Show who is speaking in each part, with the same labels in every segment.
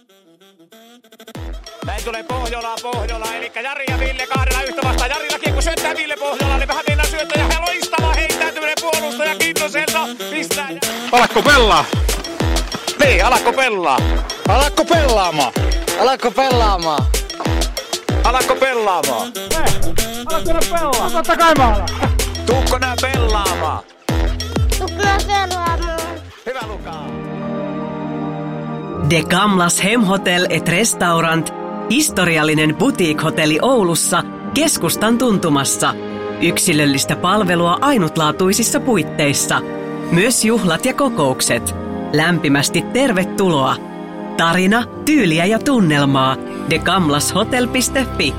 Speaker 1: Näin tulee Pohjola, eli Jari ja Ville kahdella yhtä vastaan. Jarilla kiekko syöttää Ville Pohjolalle, vähän mennään syöttäjä ja loistava heittäytyminen puolustaja Kintoselta pistää.
Speaker 2: Alakko pelaa?
Speaker 1: Niin, alakko pelaa?
Speaker 2: Alakko pelaamaan?
Speaker 3: Alakko pelaamaan?
Speaker 1: Alakko pelaamaan?
Speaker 2: Alakko pelaa? Totta kai mä alan.
Speaker 1: Tuukko nää pelaamaan?
Speaker 4: Tuukko nää pelaamaan?
Speaker 1: Hyvä Luka.
Speaker 5: De Gamlas Hemhotel et Restaurant, historiallinen boutique-hotelli Oulussa, keskustan tuntumassa. Yksilöllistä palvelua ainutlaatuisissa puitteissa. Myös juhlat ja kokoukset. Lämpimästi tervetuloa. Tarina, tyyliä ja tunnelmaa. degamlashotel.fi.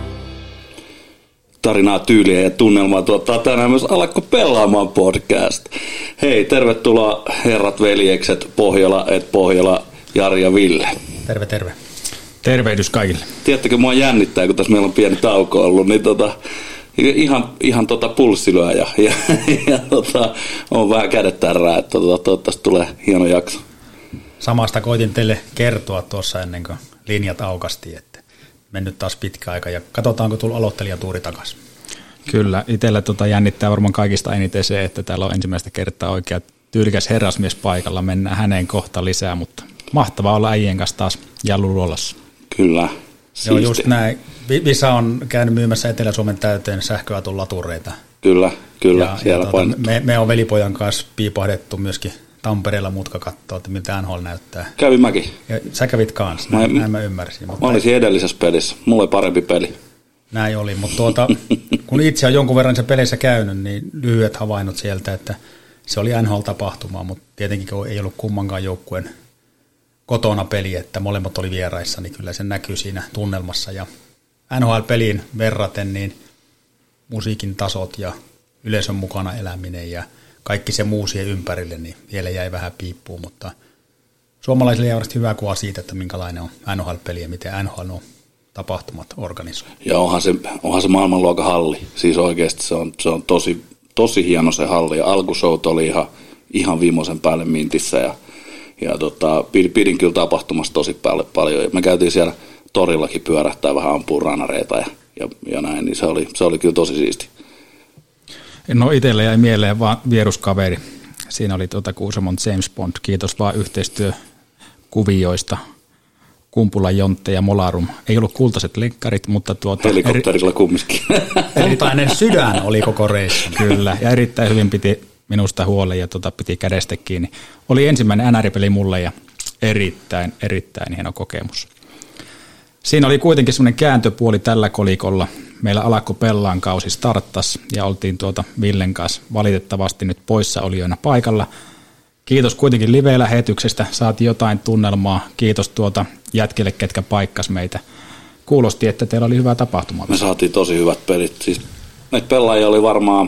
Speaker 6: Tarinaa, tyyliä ja tunnelmaa tuottaa tänään myös Alakko pelaamaan podcast. Hei, tervetuloa herrat, veljekset, Pohjola, Jari ja Ville.
Speaker 7: Terve, terve.
Speaker 2: Tervehdys kaikille.
Speaker 6: Tiedättekö, mua jännittää, kun tässä meillä on pieni tauko ollut, niin ihan pulssi lyö ja on vähän kädet tärrää, että toivottavasti tulee hieno jakso.
Speaker 7: Samasta koitin teille kertoa tuossa ennen kuin linjat aukasti, että mennyt taas pitkä aika ja katsotaanko tulla aloittelijatuuri takaisin.
Speaker 2: Kyllä, itsellä jännittää varmaan kaikista eniten se, että täällä on ensimmäistä kertaa oikea tyylikäs herrasmies paikalla. Mennään häneen kohta lisää, mutta mahtavaa olla äijien kanssa taas Jalluruolassa.
Speaker 6: Kyllä.
Speaker 7: Joo, just näin. Visa on käynyt myymässä Etelä-Suomen täyteen sähköauton latureita.
Speaker 6: Kyllä, siellä
Speaker 7: me on velipojan kanssa piipahdettu myöskin Tampereella mutka katsoa, että miltä NHL näyttää.
Speaker 6: Kävin mäkin.
Speaker 7: Ja sä kävit kanssa, näin mä ymmärsin.
Speaker 6: Mä olisin edellisessä pelissä, mulla oli parempi peli.
Speaker 7: Näin oli, mutta kun itse on jonkun verran se peleissä käynyt, niin lyhyet havainnot sieltä, että se oli NHL-tapahtuma, mutta tietenkin kun ei ollut kummankaan joukkueen kotona peli, että molemmat oli vieraissa, niin kyllä se näkyy siinä tunnelmassa. Ja NHL-peliin verraten, niin musiikin tasot ja yleisön mukana eläminen ja kaikki se muu siihen ympärille, niin vielä jäi vähän piippuun, mutta suomalaisille jäi varmasti hyvä kuva siitä, että minkälainen on NHL-peli ja miten NHL on tapahtumat organisoi.
Speaker 6: Ja onhan se maailmanluokan halli, siis oikeasti se on tosi hieno se halli, ja alkushowt oli ihan viimeisen päälle mintissä, ja pidin kyllä tapahtumassa tosi paljon, ja me käytiin siellä torillakin pyörähtää vähän ampuu ranareita ja näin, niin se oli kyllä tosi siisti.
Speaker 2: No itselle jäi mieleen vaan vieruskaveri. Siinä oli Kuusamon James Bond. Kiitos vaan yhteistyökuvioista. Kumpula, Jontte ja Molarum. Ei ollut kultaiset lenkkarit, mutta
Speaker 6: helikopterilla kumminkin.
Speaker 7: Kultainen sydän oli koko reissu.
Speaker 2: Kyllä, ja erittäin hyvin piti minusta huolen ja piti kädestä kiinni. Oli ensimmäinen NR-peli mulle ja erittäin hieno kokemus. Siinä oli kuitenkin semmoinen kääntöpuoli tällä kolikolla. Meillä Alakko pelaan kausi starttasi ja oltiin Villen kanssa valitettavasti nyt poissaolijoina paikalla. Kiitos kuitenkin live-lähetyksestä, saatiin jotain tunnelmaa. Kiitos jätkille, ketkä paikkas meitä. Kuulosti, että teillä oli hyvä tapahtuma.
Speaker 6: Me saatiin tosi hyvät pelit. Siis näitä pelaajia oli varmaan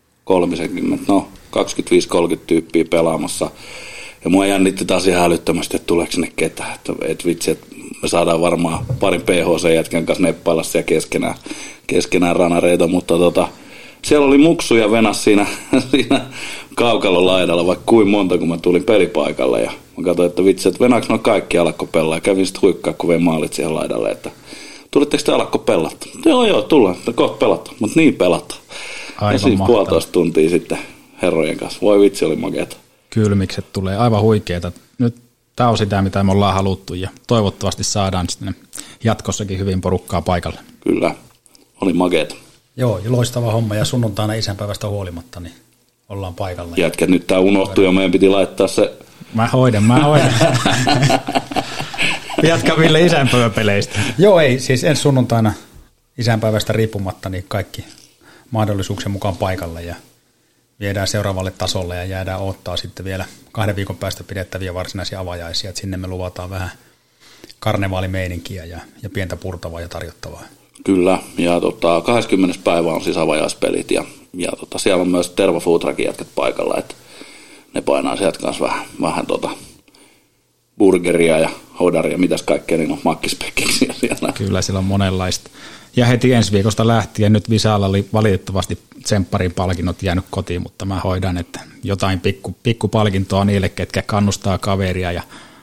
Speaker 6: 25-30 tyyppiä pelaamassa. Ja mua jännitti taas ihan älyttömästi, että tuleeko sinne ketään. Että vitsi, että me saadaan varmaan parin PHC-jätkän kanssa neppailla siellä keskenään ranareita, mutta siellä oli muksuja venas siinä kaukalon laidalla vaikka kuin monta, kun mä tulin pelipaikalle. Ja mä katsoin, että vitsi, että venaako ne kaikki Alakko pelaa. Ja kävin sitten huikkaa, kun vein maalit siihen laidalle, että tulitteko te Alakko pelata? Joo, tullaan, kohta pelata, mutta niin pelata.
Speaker 2: Aivan
Speaker 6: ja siis
Speaker 2: mahtavaa.
Speaker 6: 1,5 tuntia sitten herrojen kanssa. Voi vitsi, oli makeata.
Speaker 2: Kylmikset tulee aivan huikeeta. Nyt tämä on sitä, mitä me ollaan haluttu ja toivottavasti saadaan sitten jatkossakin hyvin porukkaa paikalle.
Speaker 6: Kyllä, oli makeata.
Speaker 7: Joo, loistava homma ja sunnuntaina isänpäivästä huolimatta, niin ollaan paikalla.
Speaker 6: Jätkä, nyt tämä unohtui ja meidän piti laittaa se.
Speaker 2: Mä hoidan. Jatka Ville isänpäiväpeleistä.
Speaker 7: Joo, ei, siis ensi sunnuntaina isänpäivästä riippumatta, niin kaikki mahdollisuuksien mukaan paikalla ja viedään seuraavalle tasolle ja jäädään odottaa sitten vielä 2 viikon päästä pidettäviä varsinaisia avajaisia, että sinne me luvataan vähän karnevaalimeininkiä ja pientä purtavaa ja tarjottavaa.
Speaker 6: Kyllä, ja 20. päivä on siis avajaispelit ja siellä on myös Tervo Food Truckin jätkät paikalla, että ne painaa sieltä kanssa vähän burgeria ja hodaria, mitäs kaikkea, niin on makkispekkiksiä siellä.
Speaker 2: Kyllä, siellä on monenlaista. Ja heti ensi viikosta lähtien nyt Visalla oli valitettavasti tsempparin palkinnot jäänyt kotiin, mutta mä hoidan, että jotain pikkupalkintoa niille, ketkä kannustaa kaveria ja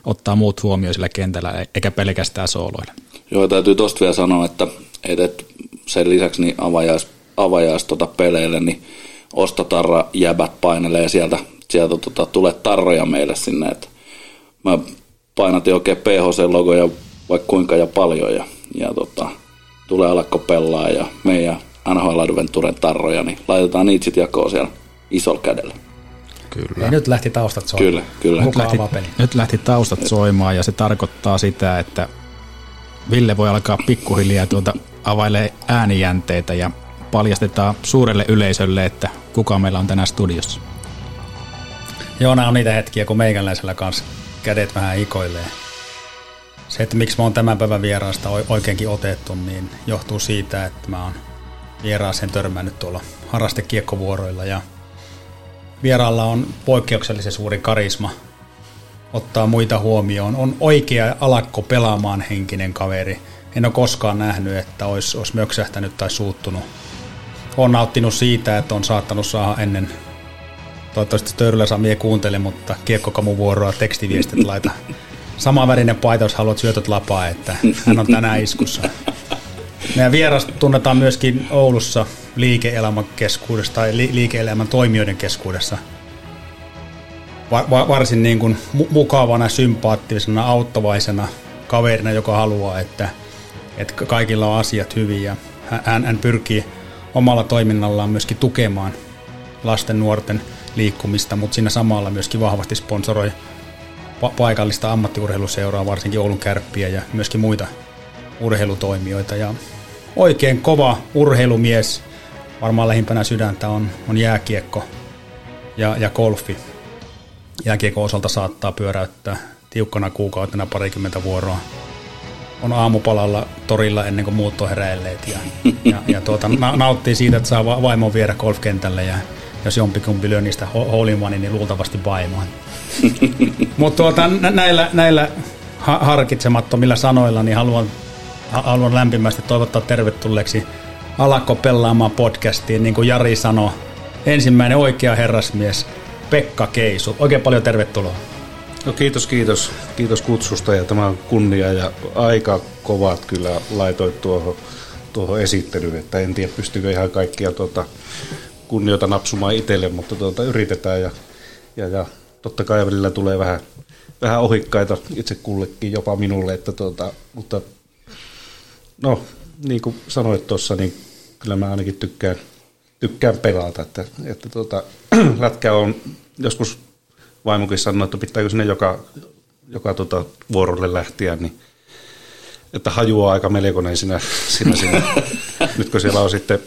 Speaker 2: ottaa muut huomioon sillä kentällä, eikä pelkästään sooloilla.
Speaker 6: Joo, täytyy tosta vielä sanoa, että sen lisäksi niin avajais peleille, niin ostotarra jäbät painelee sieltä tulee tarroja meille sinne, että mä painatin oikein PHC-logoja vaikka kuinka ja paljon ja tulee alakko pelaa ja meidän NHL Adventuren tarroja, niin laitetaan niitä sitten jakoon siellä isolla kädellä.
Speaker 7: Kyllä. Ja nyt lähti taustat soimaan.
Speaker 6: Kyllä.
Speaker 2: Nyt lähti taustat soimaan ja se tarkoittaa sitä, että Ville voi alkaa pikkuhiljaa availee äänijänteitä ja paljastetaan suurelle yleisölle, että kuka meillä on tänään studiossa.
Speaker 7: Joo, nämä on niitä hetkiä, kun meikäläisellä kanssa kädet vähän hikoilee. Se, että miksi mä oon tämän päivän vieraasta oikeinkin otettu, niin johtuu siitä, että mä oon vieraaseen törmännyt tuolla harrastekiekkovuoroilla ja vieraalla on poikkeuksellisen suuri karisma, ottaa muita huomioon, on oikea alakko pelaamaan henkinen kaveri. En ole koskaan nähnyt, että olisi möksähtänyt tai suuttunut. Olen nauttinut siitä, että on saattanut saada ennen, toivottavasti Töyrylä saa mie kuuntele, mutta kiekkokamuvuoroa tekstiviestit laita. Samanvärinen paita, jos haluat syötöt lapaa, että hän on tänään iskussa. Meidän vieras tunnetaan myöskin Oulussa liike-elämän keskuudessa tai liike-elämän toimijoiden keskuudessa varsin niin kuin mukavana, sympaattisena, auttavaisena kaverina, joka haluaa, että kaikilla on asiat hyvin ja hän pyrkii omalla toiminnallaan myöskin tukemaan lasten nuorten liikkumista, mutta siinä samalla myöskin vahvasti sponsoroi paikallista ammattiurheiluseuraa, varsinkin Oulun Kärppiä ja myöskin muita urheilutoimijoita. Ja oikein kova urheilumies, varmaan lähimpänä sydäntä on jääkiekko ja golfi. Jääkiekon osalta saattaa pyöräyttää tiukkana kuukautena 20 vuoroa. On aamupalalla torilla ennen kuin muut on heräilleet ja nauttii siitä, että saa vaimon viedä golfkentälle ja jos jompikumpi lyö niistä hole-in-one, niin luultavasti vaimoon. Mutta näillä harkitsemattomilla sanoilla niin haluan lämpimästi toivottaa tervetulleeksi Alakko pelaamaan podcastiin, niin kuin Jari sanoi, ensimmäinen oikea herrasmies Pekka Keisu. Oikein paljon tervetuloa.
Speaker 8: No kiitos kutsusta ja tämä on kunnia ja aika kovat kyllä laitoit tuohon esittelyyn, että en tiedä pystykö ihan kaikkia kunnioita napsumaan itselle, mutta yritetään ja totta kai välillä tulee vähän ohikkaita itse kullekin, jopa minulle, että mutta no niin kuin sanoit tuossa, niin kyllä mä ainakin tykkään pelata, että lätkä on joskus vaimokin sanoi, että pitääkö sinne joka vuorolle lähteä, niin että haju on aika melkoinen siinä. Nyt kun siellä on sitten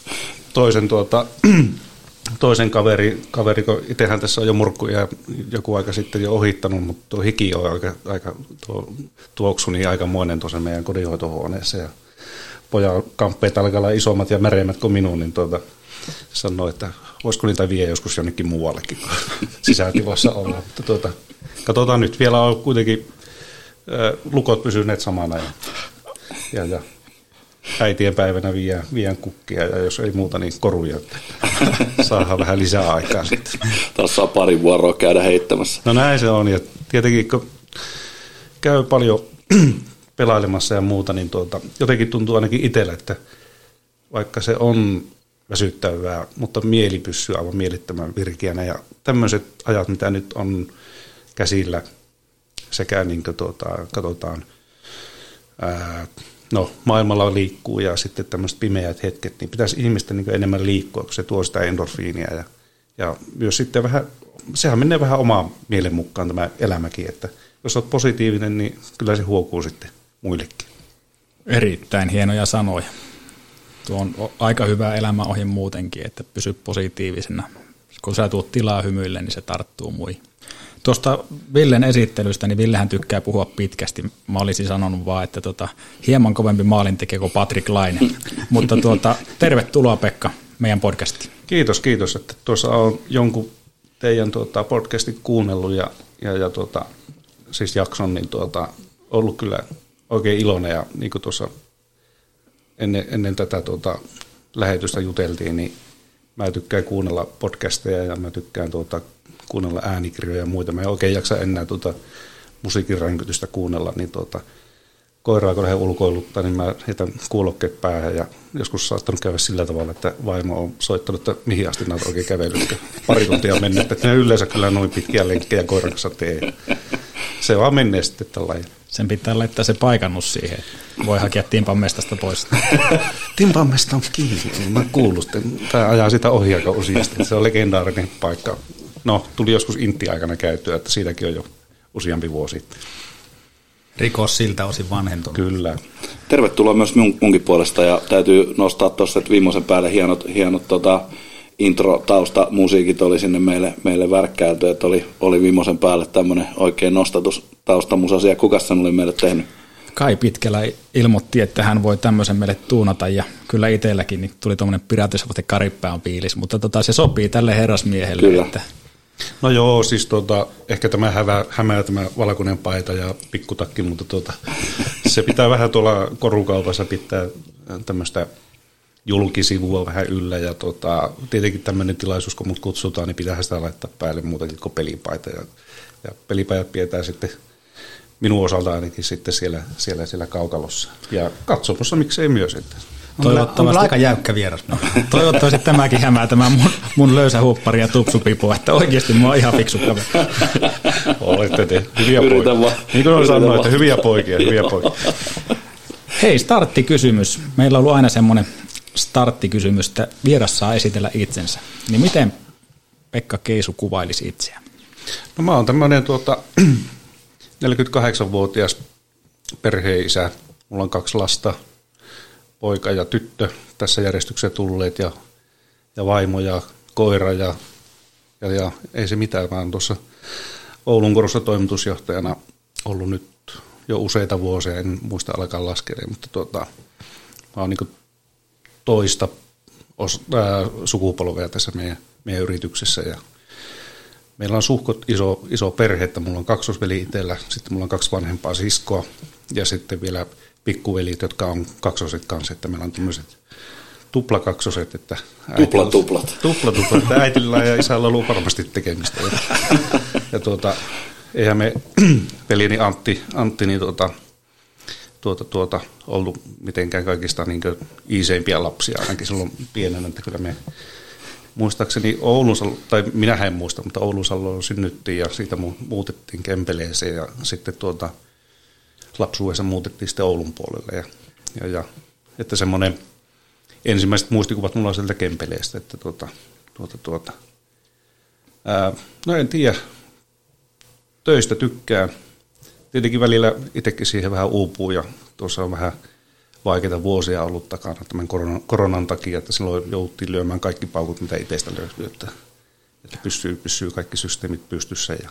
Speaker 8: toisen kaveri, kun itsehän tässä on jo murkkuja joku aika sitten jo ohittanut, mutta tuo hiki on aika tuoksuni aikamoinen tuossa meidän kodinhoitohuoneessa ja pojan kamppeet alkaa olla isommat ja märemmät kuin minun, niin sanoi, että voisiko niitä vie joskus jonnekin muuallekin, kun sisätiloissa ollaan. Mutta katsotaan nyt, vielä on kuitenkin lukot pysyneet samana ja äitien päivänä vien kukkia ja jos ei muuta, niin koruja. Saadaan vähän lisää aikaa sitten.
Speaker 6: Taas saa pari vuoroa käydä heittämässä.
Speaker 8: No näin se on ja tietenkin kun käy paljon pelailemassa ja muuta, niin jotenkin tuntuu ainakin itsellä, että vaikka se on väsyttävää, mutta mieli pysyy aivan mielettömän virkeänä ja tämmöiset ajat, mitä nyt on käsillä sekä niin kuin katsotaan, maailmalla liikkuu ja sitten tämmöiset pimeät hetket, niin pitäisi ihmisten niin enemmän liikkua, kun se tuo sitä endorfiinia ja myös sitten vähän, sehän menee vähän omaan mielen mukaan tämä elämäkin, että jos olet positiivinen, niin kyllä se huokuu sitten muillekin.
Speaker 2: Erittäin hienoja sanoja. Tuo on aika hyvä elämäohje muutenkin, että pysy positiivisena. Kun sä tuut tilaa hymyille, niin se tarttuu muihin. Tuosta Villen esittelystä, niin Villehän tykkää puhua pitkästi. Mä olisin sanonut vaan, että hieman kovempi maalintekijä kuin Patrick Laine. Mutta tervetuloa Pekka meidän podcastiin.
Speaker 8: Kiitos, että tuossa on jonkun teidän podcastin kuunnellut ja siis jakson, niin ollut kyllä oikein iloinen ja niin kuin tuossa ennen tätä lähetystä juteltiin, niin mä tykkään kuunnella podcasteja ja mä tykkään kuunnella äänikirjoja ja muita. Mä en oikein jaksa enää musiikin ränkytystä kuunnella, niin koiraa kun lähden ulkoiluttaa, niin mä heitän kuulokkeet päähän ja joskus saattanut käydä sillä tavalla, että vaimo on soittanut, että mihin asti näet oikein kävellyt. Pari tuntia on mennyt, että ne yleensä kyllä noin pitkiä lenkkejä koiran kanssa tee. Se vaan menee sitten tällainen.
Speaker 2: Sen pitää laittaa se paikannus siihen. Voi hakea Timpan mestasta pois.
Speaker 8: Timpan mesta on kiinni. Mä kuullut, tämä ajaa sitä ohi aika useasti. Se on legendaarinen paikka. No, tuli joskus Intti-aikana käytyä, että siitäkin on jo useampi vuosi.
Speaker 7: Rikos siltä osin vanhentunut.
Speaker 8: Kyllä.
Speaker 6: Tervetuloa myös munkin puolesta ja täytyy nostaa tuossa, että viimeisen päälle hienot intro-tausta musiikit oli sinne meille värkkäilty, että oli viimeisen päälle tämmöinen oikein nostatus taustamusasia. Kukas sen oli meille tehnyt?
Speaker 2: Kai Pitkelä ilmoitti, että hän voi tämmöisen meille tuunata ja kyllä itselläkin niin tuli tuommoinen Pirates of the Caribbean fiilis, mutta se sopii tälle herrasmiehelle.
Speaker 6: Kyllä.
Speaker 2: Että
Speaker 8: No joo, siis ehkä tämä hämää tämä valkoinen paita ja pikkutakki, mutta se pitää vähän tuolla korukaupassa pitää tämmöistä julkisivua vähän yllä ja tietenkin tämmöinen tilaisuus, kun mut kutsutaan, niin pitäähän sitä laittaa päälle muutakin kuin pelipaita ja pelipajat pidetään sitten minun osalta ainakin sitten siellä kaukalossa ja katsomossa miksei myös sitten.
Speaker 7: On aika jäykkä vieras.
Speaker 2: Toivottavasti tämäkin hämää tämä mun löysä huuppari ja tupsupipo, että oikeasti mä oon ihan fiksu kaveri.
Speaker 8: Olette te hyviä poikia. Niin kuin on sanonut, että hyviä poikia.
Speaker 2: Hei, starttikysymys. Meillä on ollut aina semmoinen starttikysymys, että vieras saa esitellä itsensä. Niin miten Pekka Keisu kuvailisi itseään?
Speaker 8: No mä oon tämmöinen 48-vuotias perheenisä. Mulla on 2 lasta. Poika ja tyttö tässä järjestykseen tulleet ja vaimo ja koira ja ei se mitään, vaan tuossa Oulun Korussa toimitusjohtajana ollut nyt jo useita vuosia, en muista alkaa laskea, mutta mä oon niin toista sukupolvea tässä meidän yrityksessä ja meillä on suhkot iso perhe, että mulla on 2 veli itsellä, sitten mulla on 2 vanhempaa siskoa ja sitten vielä pikkuvelit, jotka on 2 kanssa, että meillä on tämmöiset tuplakaksoset, että
Speaker 6: Tuplat,
Speaker 8: että äitillä ja isällä on ollut varmasti tekemistä. Ja eihän me veljeni Antti niin ollut mitenkään kaikista niin iiseimpiä lapsia, ainakin silloin pienenä, että kyllä me muistaakseni Oulunsalo, tai minähän en muista, mutta Oulunsalo synnyttiin ja siitä muutettiin Kempeleeseen ja sitten lapsuudessa muutettiin sitten Oulun puolelle ja että semmoinen ensimmäiset muistikuvat mulla on sieltä Kempeleestä, että no en tiedä, töistä tykkään, tietenkin välillä itsekin siihen vähän uupuu ja tuossa on vähän vaikeita vuosia ollut takana tämän koronan takia, että silloin jouttiin lyömään kaikki paukut, mitä itsestä löytyy, että pysyy kaikki systeemit pystyssä ja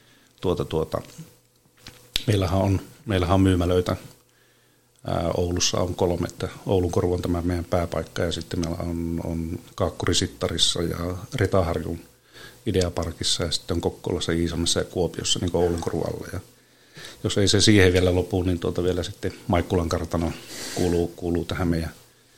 Speaker 8: Meillähän on myymälöitä. Oulussa on 3, että Oulun Koru on tämä meidän pääpaikka ja sitten meillä on Kaakkurisittarissa ja Retaharjun Ideaparkissa ja sitten on Kokkolassa, Iisalmessa ja Kuopiossa niin kuin Oulun Koru alla. Ja jos ei se siihen vielä lopu, niin vielä sitten Maikkulan kartano kuuluu tähän meidän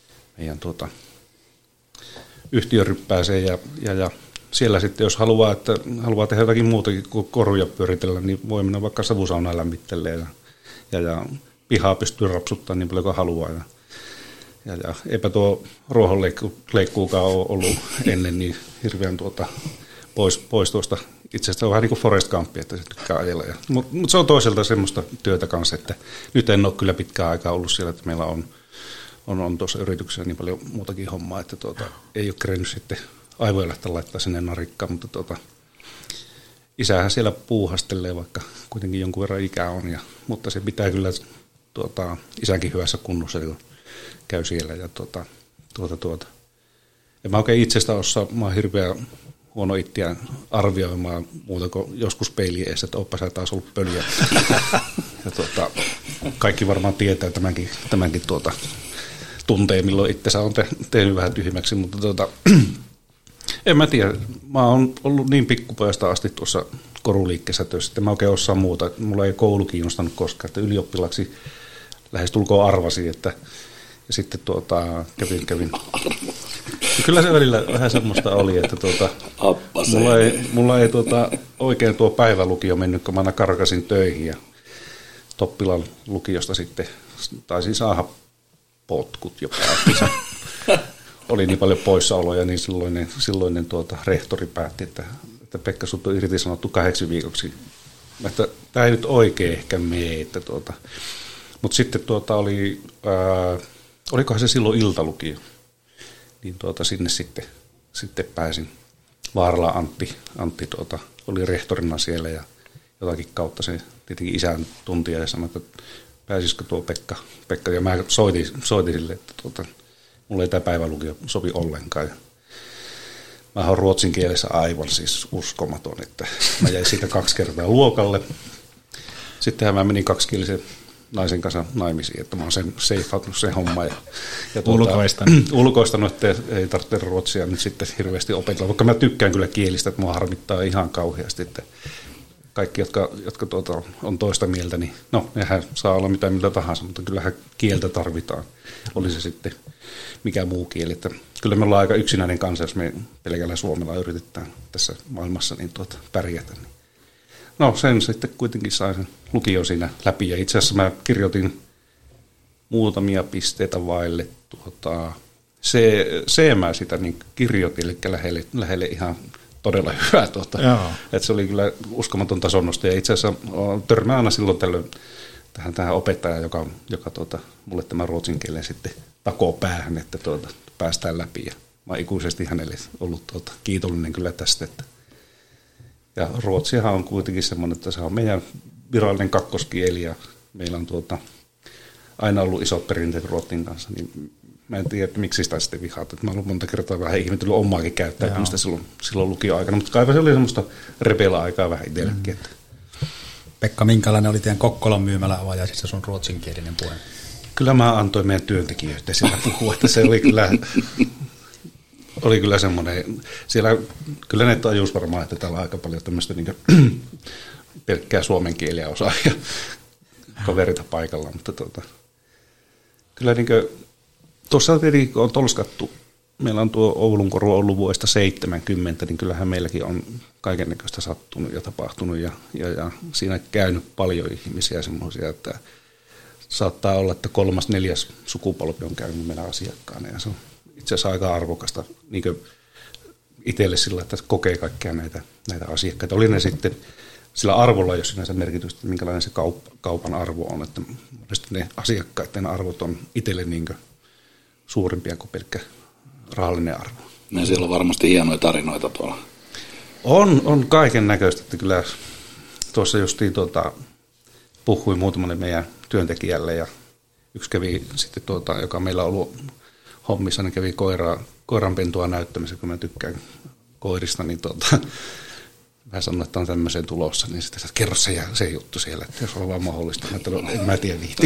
Speaker 8: yhtiöryppääseen ja siellä sitten, jos haluaa tehdä jotakin muutakin kuin koruja pyöritellä, niin voi mennä vaikka savusaunaan lämmittelemään ja pihaa pystyy rapsuttamaan niin paljon kuin haluaa. Ja eipä tuo ruohonleikkuukaan ole ollut ennen niin hirveän pois tuosta. Itse asiassa on vähän niin kuin Forest Gump, että se tykkää ajella. Mutta se on toiselta semmoista työtä kanssa, että nyt en ole kyllä pitkään aikaa ollut siellä, että meillä on tuossa yrityksessä niin paljon muutakin hommaa, että ei ole kerennyt sitten aivoja lähteä laittaa sinne narikkaan, mutta isähän siellä puuhastelee, vaikka kuitenkin jonkun verran ikää on, mutta se pitää kyllä isänkin hyvässä kunnossa, kun käy siellä. Ja en mä oikein itsestä osaa, mä oon hirveän huono itseään arvioimaan muuta kuin joskus peiliin eessä, että oppa sä taas ollut pöliä. Ja kaikki varmaan tietää tämänkin tunteen, milloin itsensä on tehnyt vähän tyhmäksi, mutta en mä tiedä. Mä oon ollut niin pikkupojasta asti tuossa koruliikkeessä töissä, että mä oikein osaa muuta. Mulla ei koulu kiinnostanut koskaan, että ylioppilaksi lähestulkoon arvasin, että ja sitten kävin. Kyllä se välillä vähän semmoista oli, että mulla ei oikein tuo päivälukio mennyt, kun mä aina karkasin töihin ja Toppilan lukiosta sitten taisin saada potkut jopa. Oli niin paljon poissaoloja, niin silloinen rehtori päätti, että Pekka, sut on irtisanottu 8 viikoksi. Että tämä ei nyt oikein ehkä mene. Mutta sitten olikohan se silloin iltalukio, niin sinne sitten pääsin. Vaarala Antti oli rehtorina siellä ja jotakin kautta se tietenkin isän tuntia ja sanoi, että pääsisikö tuo Pekka ja mä soitin sille, että mulle ei tämä päivälukio sovi ollenkaan. Ja mä oon ruotsin kielessä aivan siis uskomaton, että mä jäin siitä 2 kertaa luokalle. Sittenhän mä menin 2-kielisen naisen kanssa naimisiin, että mä oon sen seifattanut sen homma. Ja ulkoistanut, että ei tarvitse ruotsia nyt sitten hirveästi opetella, vaikka mä tykkään kyllä kielistä, että mua harmittaa ihan kauheasti, että kaikki, jotka on toista mieltä, niin no, nehän saa olla mitä tahansa, mutta kyllähän kieltä tarvitaan, oli se sitten mikä muu kieli. Että kyllä me ollaan aika yksinäinen kansa, jos me pelkällä suomella yritetään tässä maailmassa niin pärjätä. Niin. No sen sitten kuitenkin sain sen lukion siinä läpi ja itse asiassa mä kirjoitin muutamia pisteitä vaille mä sitä niin kirjoitin, eli lähelle ihan todella hyvä. Että se oli kyllä uskomaton tasonnosto ja itse asiassa törmää aina silloin tällöin tähän opettajaan, joka mulle tämän ruotsin kielen sitten takoo päähän, että päästään läpi ja mä oon ikuisesti hänelle ollut kiitollinen kyllä tästä. Ja ruotsiahan on kuitenkin semmoinen, että se on meidän virallinen kakkoskieli ja meillä on aina ollut isot perinteet ruotsin kanssa, niin mä en tiedä, että miksi sitä sitten vihaat. Mä oon ollut monta kertaa vähän ihmetellyt omaakin käyttäytymistä silloin lukioaikana, mutta kaipa se oli semmoista repeillä-aikaa vähän itsellekin.
Speaker 7: Pekka, minkälainen oli teidän Kokkolan myymälä avajaisissa sun ruotsinkielinen puhe?
Speaker 8: Kyllä mä antoin meidän työntekijöitä sillä puhua, että se oli kyllä semmoinen, siellä kyllä ne tajus varmaan, että täällä on aika paljon tämmöistä niin pelkkää suomen kieliä osaajia kaverita paikalla, mutta kyllä niin tuossa tietenkin on tolskattu, meillä on tuo Oulun koru ollut vuodesta 70, niin kyllähän meilläkin on kaikennäköistä sattunut ja tapahtunut ja siinä käynyt paljon ihmisiä semmoisia, että saattaa olla, että 3.-4. sukupolvi on käynyt meidän asiakkaana ja se on itse asiassa aika arvokasta niin itselle sillä, että kokee kaikkia näitä asiakkaita. Oli ne sitten sillä arvolla, jos sinänsä merkitystä, että minkälainen se kaupan arvo on, että monesti ne asiakkaiden arvot on itselle niin suurimpia kuin pelkkä rahallinen arvo.
Speaker 6: Ja siellä on varmasti hienoja tarinoita tuolla.
Speaker 8: On kaiken näköistä, että kyllä tuossa justiin puhuin muutamalle meidän työntekijälle ja yksi kävi sitten joka meillä on ollut hommissa, niin kävi koiranpentua näyttämässä, kun mä tykkään koirista, niin vähän sanoin, että on tämmöiseen tulossa, niin sitten että kerro se juttu siellä, että jos on vaan mahdollista, että en mä tiedä viihtiin.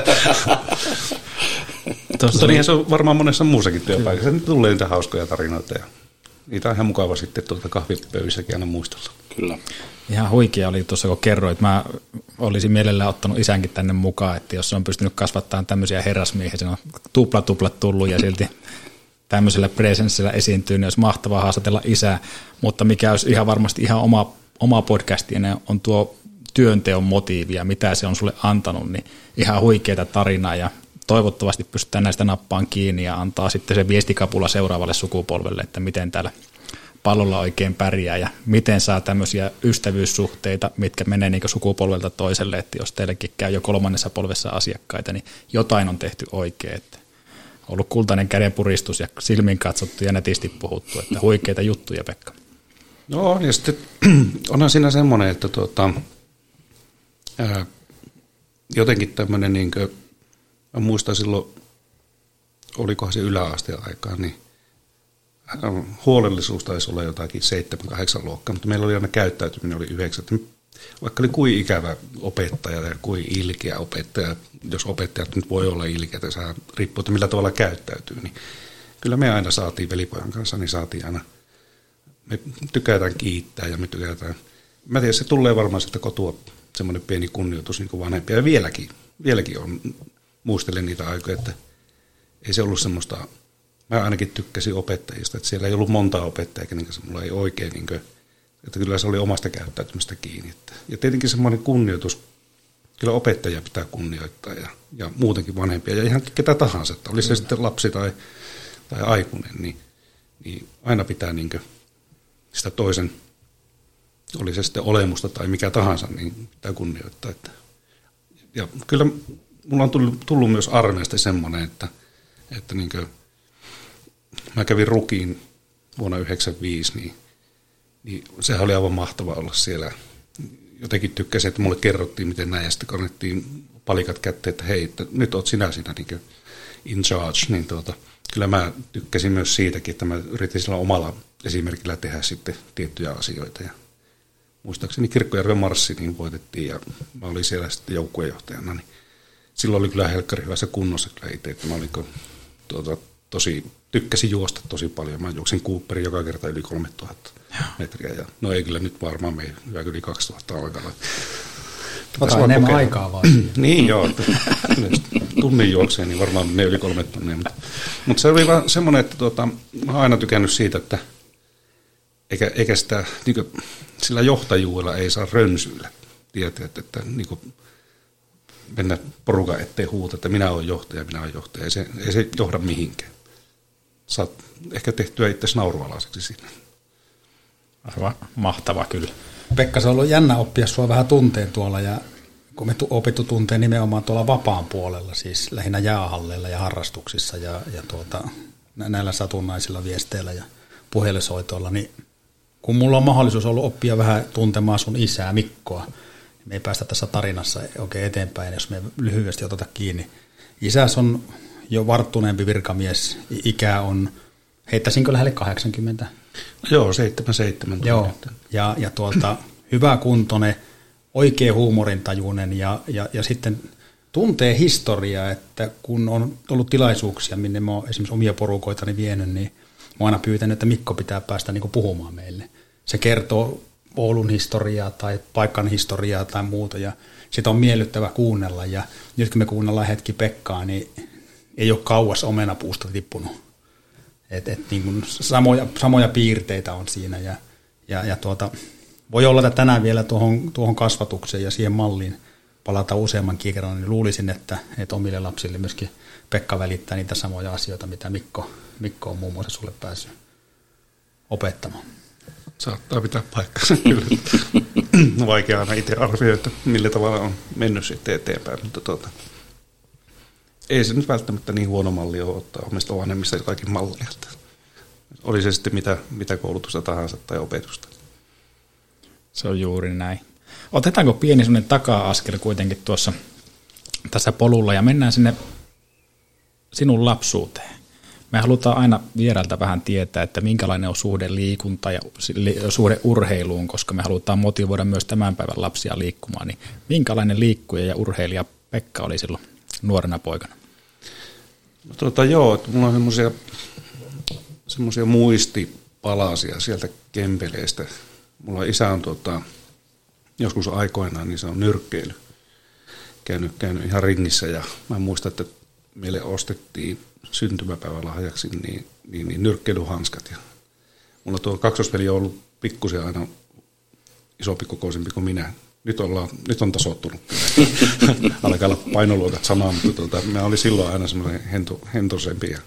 Speaker 8: Mutta niinhän se on varmaan monessa muussakin työpaikassa, nyt tulee niitä hauskoja tarinoita ja niitä on ihan mukava sitten kahvipöydissäkin aina muistella.
Speaker 6: Kyllä.
Speaker 2: Ihan huikea oli tuossa, kun kerroit. Mä olisin mielellään ottanut isänkin tänne mukaan, että jos se on pystynyt kasvattamaan tämmöisiä herrasmiehiä, se on tuplat tullut ja silti tämmöisellä presenssillä esiintyy, niin olisi mahtavaa haastatella isää, mutta mikä olisi ihan varmasti ihan oma podcasti, ja on tuo työnteon motiivi ja mitä se on sulle antanut, niin ihan huikeata tarinaa ja toivottavasti pystytään näistä nappaan kiinni ja antaa sitten se viestikapula seuraavalle sukupolvelle, että miten täällä pallolla oikein pärjää ja miten saa tämmöisiä ystävyyssuhteita, mitkä menee niin sukupolvelta toiselle, että jos teillekin käy jo 3. polvessa asiakkaita, niin jotain on tehty oikein, että on ollut kultainen kädenpuristus ja silmin katsottu ja netisti puhuttu, että huikeita juttuja, Pekka.
Speaker 8: No ja sitten onhan siinä semmoinen, että jotenkin tämmöinen, niin kuin, mä muistan silloin, olikohan se yläasteen aikaa, niin huolellisuus taisi olla jotakin 7-8 luokkaa, mutta meillä oli aina käyttäytyminen oli 9. Vaikka oli kuin ikävä opettaja ja kuin ilkeä opettaja, jos opettajat nyt voi olla ilkeitä, se riippuu, että millä tavalla käyttäytyy, niin kyllä me aina saatiin velipojan kanssa, niin saatiin aina, me tykätään kiittää ja me tykätään, mä tiedän, se tulee varmaan sieltä kotua semmoinen pieni kunnioitus niin kuin vanhempia ja vieläkin on, muistelen niitä aikoja, että ei se ollut semmoista, mä ainakin tykkäsin opettajista, että siellä ei ollut montaa opettajaa, kenen kanssa mulla ei oikein niin Että kyllä se oli omasta käyttäytymistä kiinni. Ja tietenkin semmoinen kunnioitus, kyllä opettajia pitää kunnioittaa ja muutenkin vanhempia ja ihan ketä tahansa, että oli se sitten lapsi tai aikuinen, niin aina pitää niin sitä toisen, oli se sitten olemusta tai mikä tahansa, niin pitää kunnioittaa. Ja kyllä mulla on tullut myös armeijasta semmoinen, että niin mä kävin Rukiin vuonna 1995, niin sehän oli aivan mahtavaa olla siellä. Jotenkin tykkäsin, että mulle kerrottiin, miten näin, ja sitten kannettiin palikat kätteen, että hei, että nyt oot sinä siinä niin in charge, niin kyllä mä tykkäsin myös siitäkin, että mä yritin sillä omalla esimerkillä tehdä sitten tiettyjä asioita. Ja muistaakseni Kirkkojärven marssi niin voitettiin, ja mä olin siellä sitten joukkuejohtajana, niin silloin oli kyllä helkkari hyvässä kunnossa kyllä itse, että mä olin tykkäsin juosta tosi paljon. Mä juoksin Cooperin joka kerta yli 3000 metriä. Ja no ei kyllä nyt varmaan me hyvä yli 2000 alkaa.
Speaker 7: Ota enemmän aikaa vaan.
Speaker 8: Niin joo. Tunnin juokseen, niin varmaan ne yli 3 tunnia. Mutta se oli vaan semmoinen, että mä oon aina tykännyt siitä, että eikä sitä, niin kuin, sillä johtajuudella ei saa rönsyillä. Tiedät, että niin kuin, mennä porukan ettei huuta, että minä olen johtaja. Ei se johda mihinkään. Saat ehkä tehtyä itse naurualaiseksi siinä.
Speaker 2: Aivan mahtava kyllä.
Speaker 7: Pekka, se on ollut jännä oppia sua vähän tunteen tuolla, ja kun me opittu tunteen nimenomaan tuolla vapaan puolella, siis lähinnä jäähalleilla ja harrastuksissa ja näillä satunnaisilla viesteillä ja puhelinsoitoilla, niin kun mulla on mahdollisuus ollut oppia vähän tuntemaan sun isää Mikkoa, niin me ei päästä tässä tarinassa oikein eteenpäin, jos me lyhyesti oteta kiinni. Isäs on jo varttuneempi virkamies, ikä on, heittäisinkö lähelle 80?
Speaker 8: Joo, 77.
Speaker 7: Joo, ja hyvä kuntoinen, oikein huumorintajuinen ja sitten tuntee historiaa, että kun on ollut tilaisuuksia, minne mä oon esimerkiksi omia porukoitani vienyt, niin mä oon aina pyytänyt, että Mikko pitää päästä niin kuin puhumaan meille. Se kertoo Oulun historiaa tai paikan historiaa tai muuta, ja sitä on miellyttävä kuunnella, ja nyt kun me kuunnellaan hetki Pekkaa, niin ei ole kauas omenapuusta tippunut. Niin kuin samoja piirteitä on siinä, ja voi olla, että tänään vielä tuohon kasvatukseen ja siihen malliin palata useamman kerran, niin luulisin, että omille lapsille myöskin Pekka välittää niitä samoja asioita, mitä Mikko on muun muassa sulle päässyt opettamaan.
Speaker 8: Saattaa pitää paikkansa kyllä. Vaikea aina itse arvioida, että millä tavalla on mennyt sitten eteenpäin, mutta ei se nyt välttämättä niin huono malli ole ottaa omista vanhemmista jotakin mallia. Oli se sitten mitä koulutusta tahansa tai opetusta.
Speaker 2: Se on juuri näin. Otetaanko pieni sellainen taka-askel kuitenkin tässä polulla ja mennään sinne sinun lapsuuteen. Me halutaan aina vierailta vähän tietää, että minkälainen on suhde liikunta ja suhde urheiluun, koska me halutaan motivoida myös tämän päivän lapsia liikkumaan. Niin minkälainen liikkuja ja urheilija Pekka oli silloin nuorena poikana?
Speaker 8: Joo, että mulla on semmoisia muistipalasia sieltä Kempeleestä. Mulla isä on joskus aikoinaan, niin se on nyrkkeily. Käynyt ihan ringissä, ja mä muistan, että meille ostettiin syntymäpäivälahjaksi niin nyrkkeilyhanskat. Ja mulla tuo kaksosveli on ollut pikkusen aina isompi kokoisempi kuin minä. Nyt on tasoittunut. Alkaa olla painoluokat samaa, mutta mä olin silloin aina semmoinen hentoisempi. Ja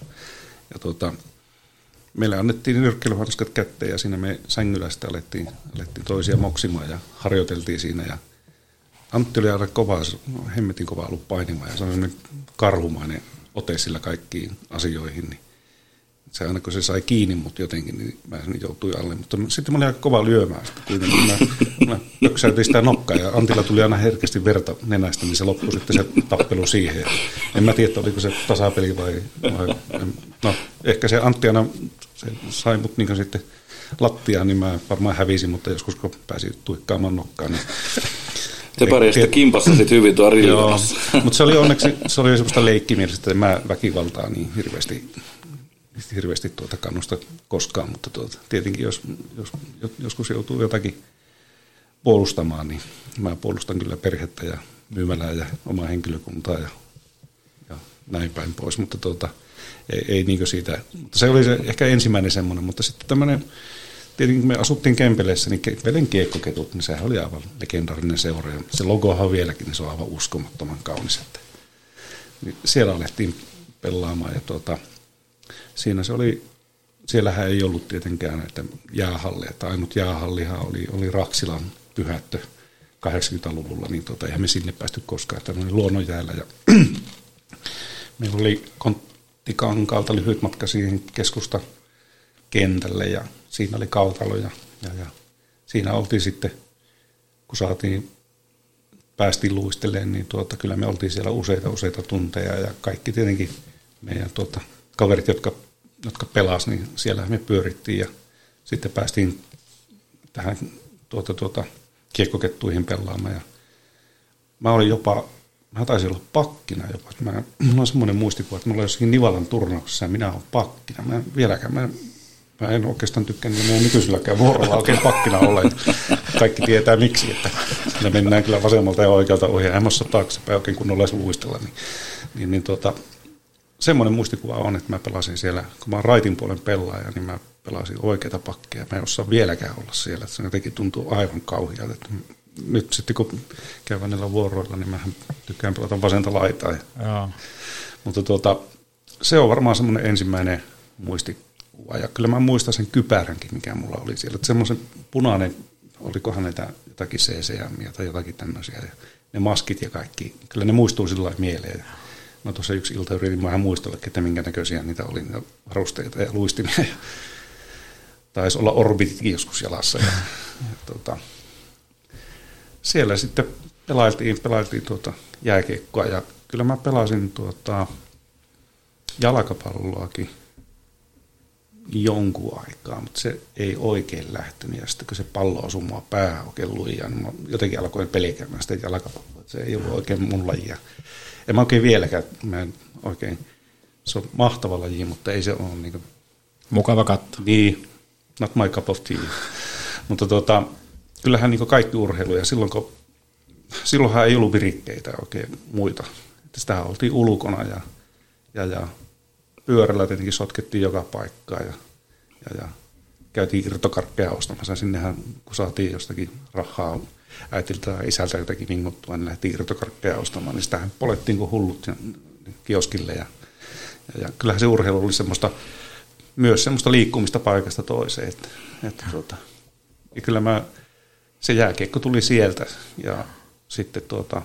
Speaker 8: meille annettiin nyrkkeilyhanskat kätteen, ja siinä me sängyllä sitten alettiin toisia moksimaan ja harjoiteltiin siinä. Ja Antti oli aina hemmetin kova ollut painimaan, ja se on semmoinen karhumainen ote sillä kaikkiin asioihin. Niin se aina kun se sai kiinni mut jotenkin, niin mä joutuin alle. Mutta sitten mä olin aika kova lyömään sitä kuitenkin. Mä pöksäytin sitä nokkaa, ja Antilla tuli aina herkästi verta nenästä, niin se loppui sitten se tappelu siihen. En mä tiedä, oliko se tasapeli vai no ehkä se Antti aina se sai mut niin sitten lattiaan, niin mä varmaan hävisin, mutta joskus kun pääsin tuikkaamaan nokkaan, niin
Speaker 6: te pärjäsitte kimpassa sitten hyvin tuo rillamassa.
Speaker 8: Mutta se oli onneksi semmoista leikkimielistä, että mä väkivaltaa niin hirveästi kannusta koskaan, mutta tietenkin jos joskus joutuu jotakin puolustamaan, niin mä puolustan kyllä perhettä ja myymälää ja omaa henkilökuntaa ja näin päin pois, mutta ei niinkö siitä, mutta se oli se ehkä ensimmäinen semmoinen, mutta sitten tietenkin kun me asuttiin Kempeleissä, niin Kempelen Kiekkoketut, niin sehän oli aivan legendaarinen seura. Ja se logohan vieläkin, niin se on aivan uskomattoman kaunis. Että, niin siellä alettiin pelaamaan ja siinä se oli, siellähän ei ollut tietenkään näitä jäähalleja. Ainut jäähallihan oli Raksilan Pyhättö 80-luvulla, niin eihän me sinne päästy koskaan, että oli luonnonjäällä. Ja meillä oli Konttikankaalta lyhyt matka siihen keskusta kentälle ja siinä oli kautalo ja siinä oltiin sitten, kun päästiin luistelemaan, niin kyllä me oltiin siellä useita tunteja ja kaikki tietenkin meidän kaverit, jotka pelasi, niin siellä me pyörittiin ja sitten päästiin tähän kiekkokettuihin pelaamaan ja mä taisin olla pakkina jopa. Mulla on semmoinen muistikuva, että mulla on jossakin Nivalan turnauksessa ja minä olen pakkina. Mä en oikeastaan tykkää, niin nykyisilläkään vuorolla oikein pakkina olla. Kaikki tietää miksi, että me mennään kyllä vasemmalta ja oikealta ohi ja ämmässä taaksepäin oikein kunnolla edes luistella. Niin semmoinen muistikuva on, että mä pelasin siellä, kun mä oon raitin puolen pelaaja, niin mä pelasin oikeita pakkeja. Mä en osaa vieläkään olla siellä, se jotenkin tuntuu aivan kauhealta. Nyt sitten kun käyn niillä vuoroilla, niin mähän tykkään pelata vasenta laitaa. Mutta se on varmaan semmoinen ensimmäinen muistikuva. Ja kyllä mä muistan sen kypäränkin, mikä mulla oli siellä. Että semmoisen punainen, olikohan näitä jotakin CCM tai jotakin tämmöisiä. Ja ne maskit ja kaikki, kyllä ne muistuu sillä lailla mieleen. No tuossa yksi ilta yritin vähän muistella, että minkä näköisiä niitä oli, niitä varusteita ja luistimia. Ja taisi olla orbititkin joskus jalassa. Siellä sitten pelailtiin jääkiekkoa ja kyllä mä pelasin jalkapalloakin jonkun aikaa, mutta se ei oikein lähtenyt ja sitten kun se pallo osui mua päähän oikein lujaan, niin mä jotenkin alkoin pelkäämään sitä jalkapalloa, se ei ollut oikein mun lajia. En mä oikein vieläkään, se on mahtava laji, mutta ei se ole niin
Speaker 2: mukava katsoa.
Speaker 8: Niin, not my cup of tea. Mutta kyllähän niin kaikki urheilu ja silloinhan ei ollut virikkeitä oikein muita. Että sitähän oltiin ulkona ja pyörällä tietenkin sotkettiin joka paikkaa ja käytiin irtokarkkeja ostamassa. Sinnehän kun saatiin jostakin rahaa äitiltä ja isältä jotakin vinguttua, niin lähtiin irtokarkkeja ostamaan. Niin sitähän polettiin kuin hullut kioskille ja kyllähän se urheilu oli myös semmoista liikkumista paikasta toiseen. Ja kyllä se jääkiekko tuli sieltä ja sitten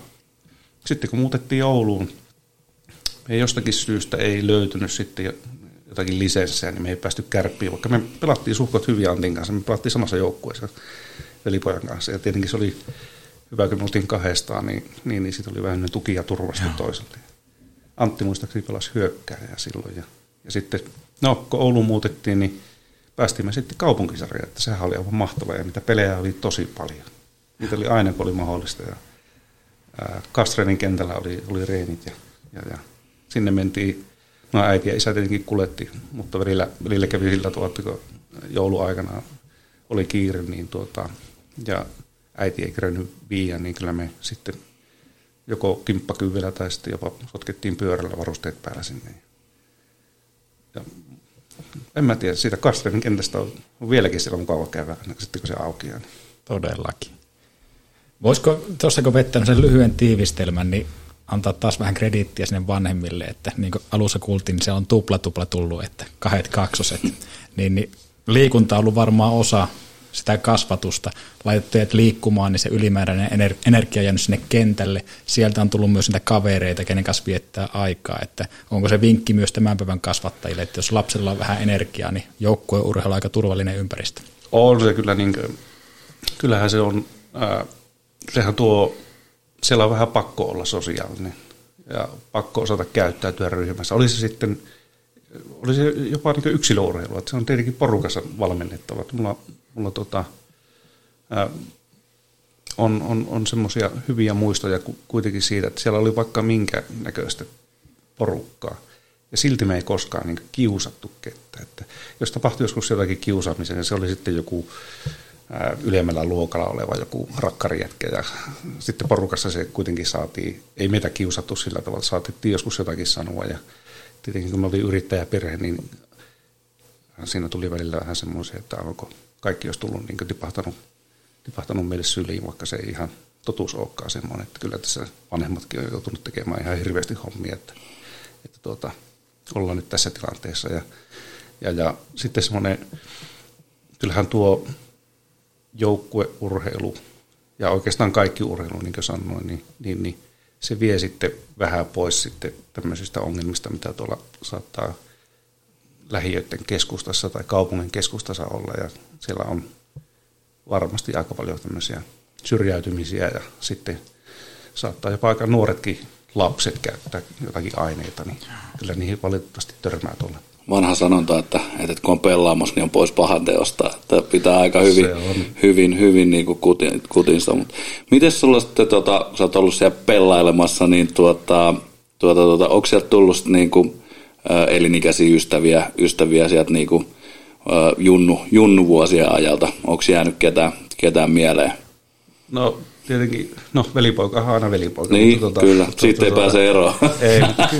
Speaker 8: kun muutettiin Ouluun, me jostakin syystä ei löytynyt sitten jotakin lisenssejä, niin me ei päästy Kärppiin, vaikka me pelattiin suhkot hyvin Antin kanssa, me pelattiin samassa joukkueessa velipojan kanssa ja tietenkin se oli hyvä, kun me oltiin kahdestaan, niin siitä oli vähän tuki ja turvasta toiselta. Antti muistaakseni pelasi hyökkääjää silloin ja sitten, kun Ouluun muutettiin, niin päästiin me sitten kaupunkisarjaan, että sehän oli aivan mahtavaa ja niitä pelejä oli tosi paljon. Niitä oli aina, kun oli mahdollista ja Kastrenin kentällä oli reenit ja sinne mentiin, äiti ja isä tietenkin kuljetti, mutta välillä kävi sillä tavalla, kun jouluaikana oli kiire, niin ja äiti ei kerennyt viiä, niin kyllä me sitten joko kimppakyydellä tai sitten jopa sotkettiin pyörällä varusteet päällä sinne. Ja en mä tiedä, siitä Kastrenin kentästä on vieläkin siellä mukava käydä, sitten kun se aukeaa. Niin.
Speaker 2: Todellakin. Voisiko tuossa, kun vettänyt sen lyhyen tiivistelmän, niin antaa taas vähän krediittiä sinne vanhemmille, että niin kuin alussa kuultiin, niin se on tupla tullut, että 2 kaksoset. niin liikunta on ollut varmaan osa sitä kasvatusta. Laitettu teidät liikkumaan, niin se ylimääräinen energia on jäänyt sinne kentälle. Sieltä on tullut myös niitä kavereita, kenen kanssa viettää aikaa. Että onko se vinkki myös tämän päivän kasvattajille, että jos lapsella on vähän energiaa, niin joukkueurheilu on aika turvallinen ympäristö.
Speaker 8: On se kyllä, kyllähän se on, siellä on vähän pakko olla sosiaalinen ja pakko osata käyttäytyä ryhmässä. Oli se jopa niin yksilöurheilu, että se on tietenkin porukassa valmennettava. Mulla on semmoisia hyviä muistoja kuitenkin siitä, että siellä oli vaikka minkä näköistä porukkaa. Ja silti me ei koskaan niin kiusattu kettä. Että jos tapahtui joskus jotakin kiusaamisen, niin se oli sitten joku ylemmällä luokalla oleva joku rakkarijätkä. Ja sitten porukassa se kuitenkin saatiin, ei meitä kiusattu sillä tavalla, saatettiin joskus jotakin sanoa. Ja tietenkin kun me oltiin yrittäjäperhe, niin siinä tuli välillä vähän semmoisia, että kaikki olisi tullut niin tipahtanut meille syliin, vaikka se ei ihan totuus olekaan semmoinen, että kyllä tässä vanhemmatkin on joutunut tekemään ihan hirveästi hommia, että ollaan nyt tässä tilanteessa. Ja sitten semmoinen, kyllähän tuo joukkueurheilu ja oikeastaan kaikki urheilu, niin kuin sanoin, niin se vie sitten vähän pois sitten tämmöisistä ongelmista, mitä tuolla saattaa lähiöiden keskustassa tai kaupungin keskustassa olla, ja siellä on varmasti aika paljon tämmöisiä syrjäytymisiä, ja sitten saattaa jopa aika nuoretkin lapset käyttää jotakin aineita, niin kyllä niihin valitettavasti törmää tuolla.
Speaker 6: Vanha sanonta, että kun on pelaamassa, niin on pois pahan teosta, että pitää aika hyvin niin kuin kutinsa. Miten sulla sitten, sä oot ollut siellä pelailemassa, niin onko sieltä tullut niin kuin elinikäisiä ystäviä sieltä niin kuin junnuvuosien ajalta? Onko jäänyt ketään mieleen?
Speaker 8: No tietenkin, velipoika on aina velipoika.
Speaker 6: Niin, mutta kyllä, siitä ei pääse eroon.
Speaker 8: Ei,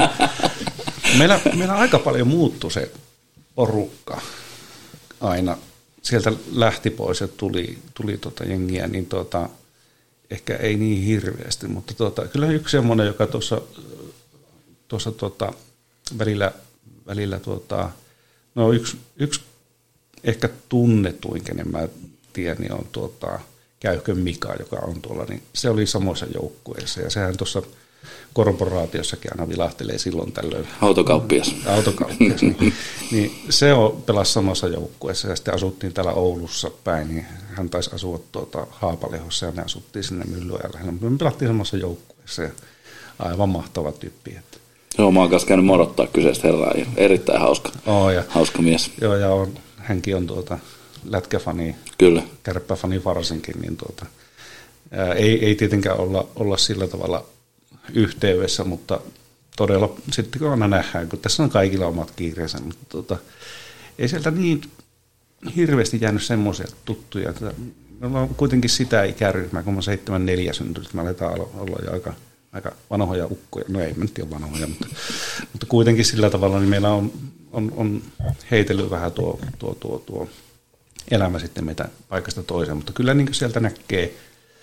Speaker 8: meillä aika paljon muuttui se porukka aina. Sieltä lähti pois ja tuli jengiä, niin ehkä ei niin hirveästi, mutta kyllä yksi semmoinen, joka tuossa välillä yksi ehkä tunnetuin, kenen mä tiedän, niin on Käyhkön Mika, joka on tuolla, niin se oli samoissa joukkueissa, ja sehän tuossa korporaatiossakin aina vilahtelee silloin tällöin.
Speaker 6: Autokauppias,
Speaker 8: niin se pelasi samassa joukkueessa, ja sitten asuttiin täällä Oulussa päin, niin hän taisi asua Haapalehossa, ja me asuttiin sinne Myllyojalla. Me pelattiin samassa joukkueessa, ja aivan mahtava tyyppi.
Speaker 6: Joo, mä oon kanssa käynyt morottaa kyseistä herraa, ja erittäin hauska mies.
Speaker 8: Joo, ja hänkin on lätkäfani,
Speaker 6: kyllä,
Speaker 8: kärppäfani varsinkin, niin ei tietenkään olla sillä tavalla yhteydessä, mutta todella sitten kun aina nähdään, kun tässä on kaikilla omat kiireensä, mutta ei sieltä niin hirveästi jäänyt semmoisia tuttuja, että me on kuitenkin sitä ikäryhmää, kun mä 74 syntynyt, me aletaan olla jo aika vanhoja ukkoja, no ei mä nyt ole vanhoja, mutta kuitenkin sillä tavalla, niin meillä on heitellyt vähän tuo elämä sitten meitä paikasta toiseen, mutta kyllä niin sieltä näkee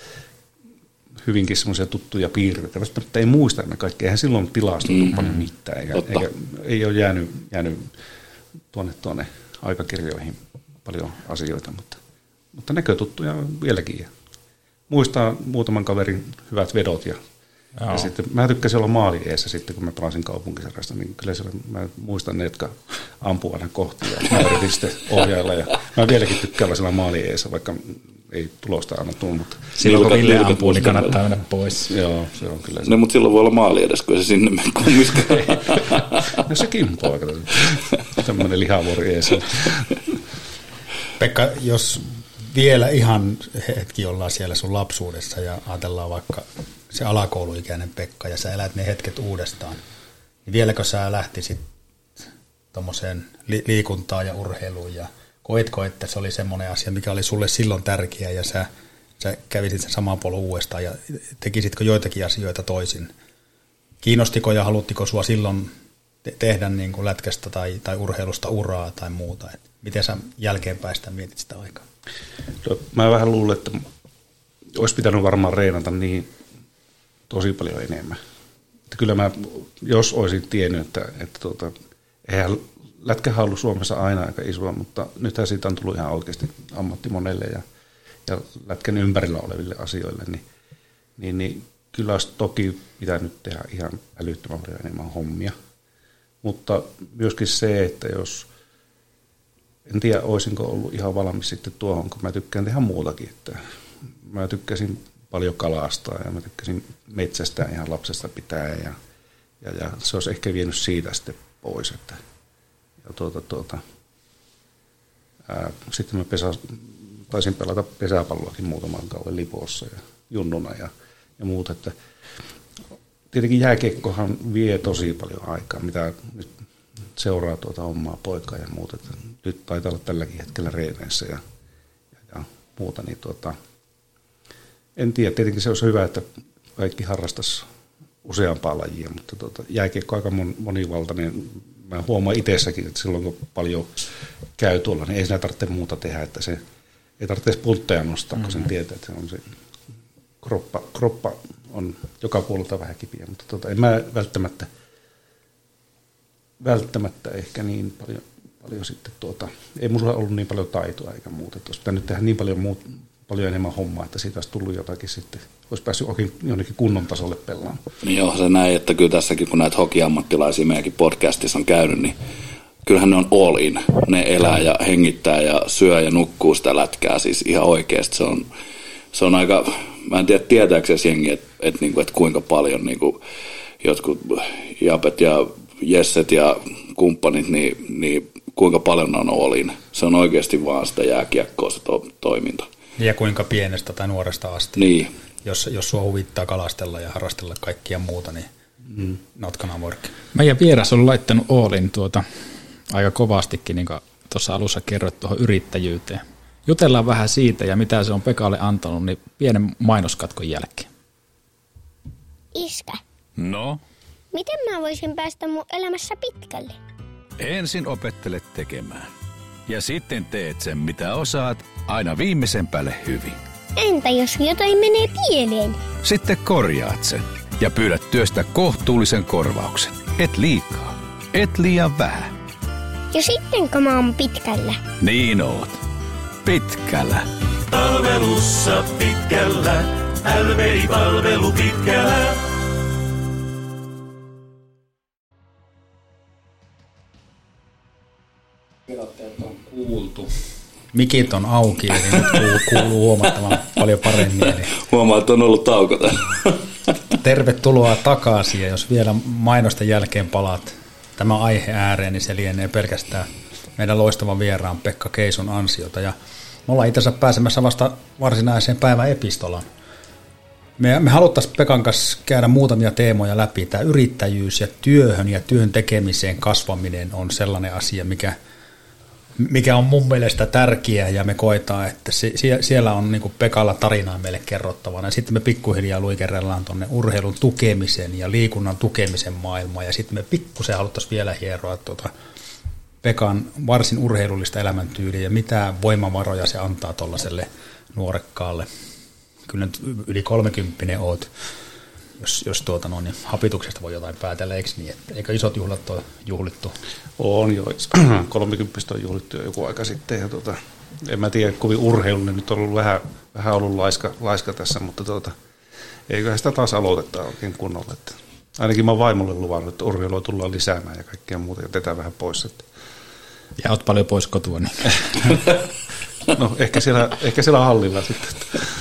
Speaker 8: hyvinkin semmoisia tuttuja piirteitä, mutta ei muista ne kaikki, eihän silloin tilastoitu paljon mitään, ei ole jäänyt tuonne aikakirjoihin paljon asioita, mutta näkötuttuja vieläkin. Muistaa muutaman kaverin hyvät vedot ja sitten mä tykkäsin olla maali eessä sitten, kun mä pelasin kaupunkisarjasta, niin kyllä siellä, mä muistan ne, jotka ampuu aina kohti ja mä yritin sitten ohjailla ja mä vieläkin tykkään olla siellä maali eessä, vaikka ei tulosta aina tule, mutta
Speaker 2: silloin kun Ville ampuu, niin kannattaa mennä pois.
Speaker 8: Joo, se on kyllä se.
Speaker 6: No, mutta silloin voi olla maali edes, kun se sinne mene kummiskaan.
Speaker 8: No se kimpoo aika tämmöinen lihavuori eessä.
Speaker 7: Pekka, jos vielä ihan hetki ollaan siellä sun lapsuudessa ja ajatellaan vaikka se alakouluikäinen Pekka ja sä elät ne hetket uudestaan, niin vieläkö sä lähtisit tommoseen liikuntaan ja urheiluun ja koetko, että se oli semmoinen asia, mikä oli sulle silloin tärkeä ja sä kävisit sen saman polun uudestaan ja tekisitkö joitakin asioita toisin? Kiinnostiko ja haluttiko sua silloin tehdä niin kuin lätkästä tai urheilusta uraa tai muuta? Et miten sä jälkeenpäin sitä mietit sitä aikaa?
Speaker 8: No, mä vähän luulen, että olisi pitänyt varmaan reenata niin tosi paljon enemmän. Että kyllä mä, jos olisin tiennyt, että eihän lätkähän ollut Suomessa aina aika isoa, mutta nythän siitä on tullut ihan oikeasti ammatti monelle ja lätkän ympärillä oleville asioille, niin kyllä olisi toki pitänyt tehdä ihan älyttömän paljon enemmän hommia. Mutta myöskin se, että jos, en tiedä olisinko ollut ihan valmis sitten tuohon, kun mä tykkään tehdä muutakin. Että mä tykkäsin paljon kalastaa ja mä tykkäsin metsästää ihan lapsesta pitäen ja se olisi ehkä vienyt siitä sitten pois. Että, sitten mä taisin pelata pesäpalloakin muutaman kauden Lipossa ja junnuna ja muuta. Että tietenkin jääkiekkohan vie tosi paljon aikaa, mitä nyt seuraa omaa poikaa ja muuta. Että nyt taitaa olla tälläkin hetkellä reeneissä ja muuta. Niin en tiedä, tietenkin se olisi hyvä, että kaikki harrastaisi useampaa lajia, mutta jääkiekko on aika monivaltainen. Mä huomaan itsessäkin, että silloin kun paljon käy tuolla, niin ei siinä tarvitse muuta tehdä, että se ei tarvitse pultteja nostaa, kun sen tietää, että se on se kroppa on joka puolelta vähän kipiä, mutta en mä välttämättä ehkä niin paljon sitten ei mulla ollut niin paljon taitoa eikä muuta, että olisi pitänyt tehdä niin paljon enemmän hommaa, että siitä olisi tullut jotakin sitten, olisi päässyt jonnekin kunnon tasolle pelaamaan.
Speaker 6: Joo, se näin, että kyllä tässäkin, kun näitä hokiammattilaisia meidänkin podcastissa on käynyt, niin kyllähän ne on all in. Ne elää ja hengittää ja syö ja nukkuu sitä lätkää, siis ihan oikeasti. Se on aika, mä en tiedä tietääkö se jengi, että kuinka paljon niinku jotkut Japet ja Jesset ja kumppanit, niin kuinka paljon ne on all in. Se on oikeasti vaan sitä jääkiekkoa se toiminta.
Speaker 7: Ja kuinka pienestä tai nuoresta asti.
Speaker 6: Niin.
Speaker 7: Jos sua huvittaa kalastella ja harrastella kaikkia muuta, niin not gonna work.
Speaker 2: Meidän vieras on laittanut Oolin aika kovastikin, niin kuin tuossa alussa kerroit, tuohon yrittäjyyteen. Jutellaan vähän siitä ja mitä se on Pekalle antanut, niin pienen mainoskatkon jälkeen.
Speaker 4: Iskä,
Speaker 9: No,
Speaker 4: miten mä voisin päästä mun elämässä pitkälle?
Speaker 9: ensin opettele tekemään. Ja sitten teet sen, mitä osaat, aina viimeisen päälle hyvin.
Speaker 4: Entä jos jotain menee pieleen?
Speaker 9: Sitten korjaat sen ja pyydät työstä kohtuullisen korvauksen. Et liikaa, et liian vähän.
Speaker 4: Ja sittenkö mä oon pitkällä?
Speaker 9: Niin oot. Pitkällä.
Speaker 10: Palvelussa pitkällä, LVI-palvelu pitkällä.
Speaker 7: Kuultu. Mikit on auki, eli nyt kuuluu huomattavan paljon paremmin. Eli
Speaker 6: Huomaa, että on ollut tauko täällä.
Speaker 7: tervetuloa takaisin, ja jos vielä mainosten jälkeen palaat tämän aiheen ääreen, niin se lienee pelkästään meidän loistavan vieraan Pekka Keisun ansiota. Ja me ollaan itse asiassa pääsemässä vasta varsinaiseen päivän epistolaan. Me haluttaisiin Pekan kanssa käydä muutamia teemoja läpi. Tämä yrittäjyys ja työhön ja työn tekemiseen kasvaminen on sellainen asia, mikä on mun mielestä tärkeä, ja me koetaan, että siellä on niin kuin Pekalla tarinaa meille kerrottavana. Ja sitten me pikkuhiljaa luikerellaan tuonne urheilun tukemisen ja liikunnan tukemisen maailmaan, ja sitten me pikkusen haluttaisiin vielä hieroa Pekan varsin urheilullista elämäntyyliä ja mitä voimavaroja se antaa tuollaiselle nuorekkaalle. Kyllä nyt yli 30 oot, jos niin hapituksesta voi jotain päätellä, eikö niin? Eikö isot juhlat ole juhlittu?
Speaker 8: On jo, 30 on juhlittu jo joku aika sitten. Ja en mä tiedä, kovin urheilunen nyt on ollut vähän ollut laiska tässä, mutta eiköhän sitä taas aloiteta oikein kunnolla. Että ainakin mä oon vaimolle luvannut, että urheilua tullaan lisäämään ja kaikkea muuta, ja jätetään vähän pois. Että.
Speaker 2: Ja oot paljon pois kotua. Niin.
Speaker 8: No ehkä siellä hallilla sitten.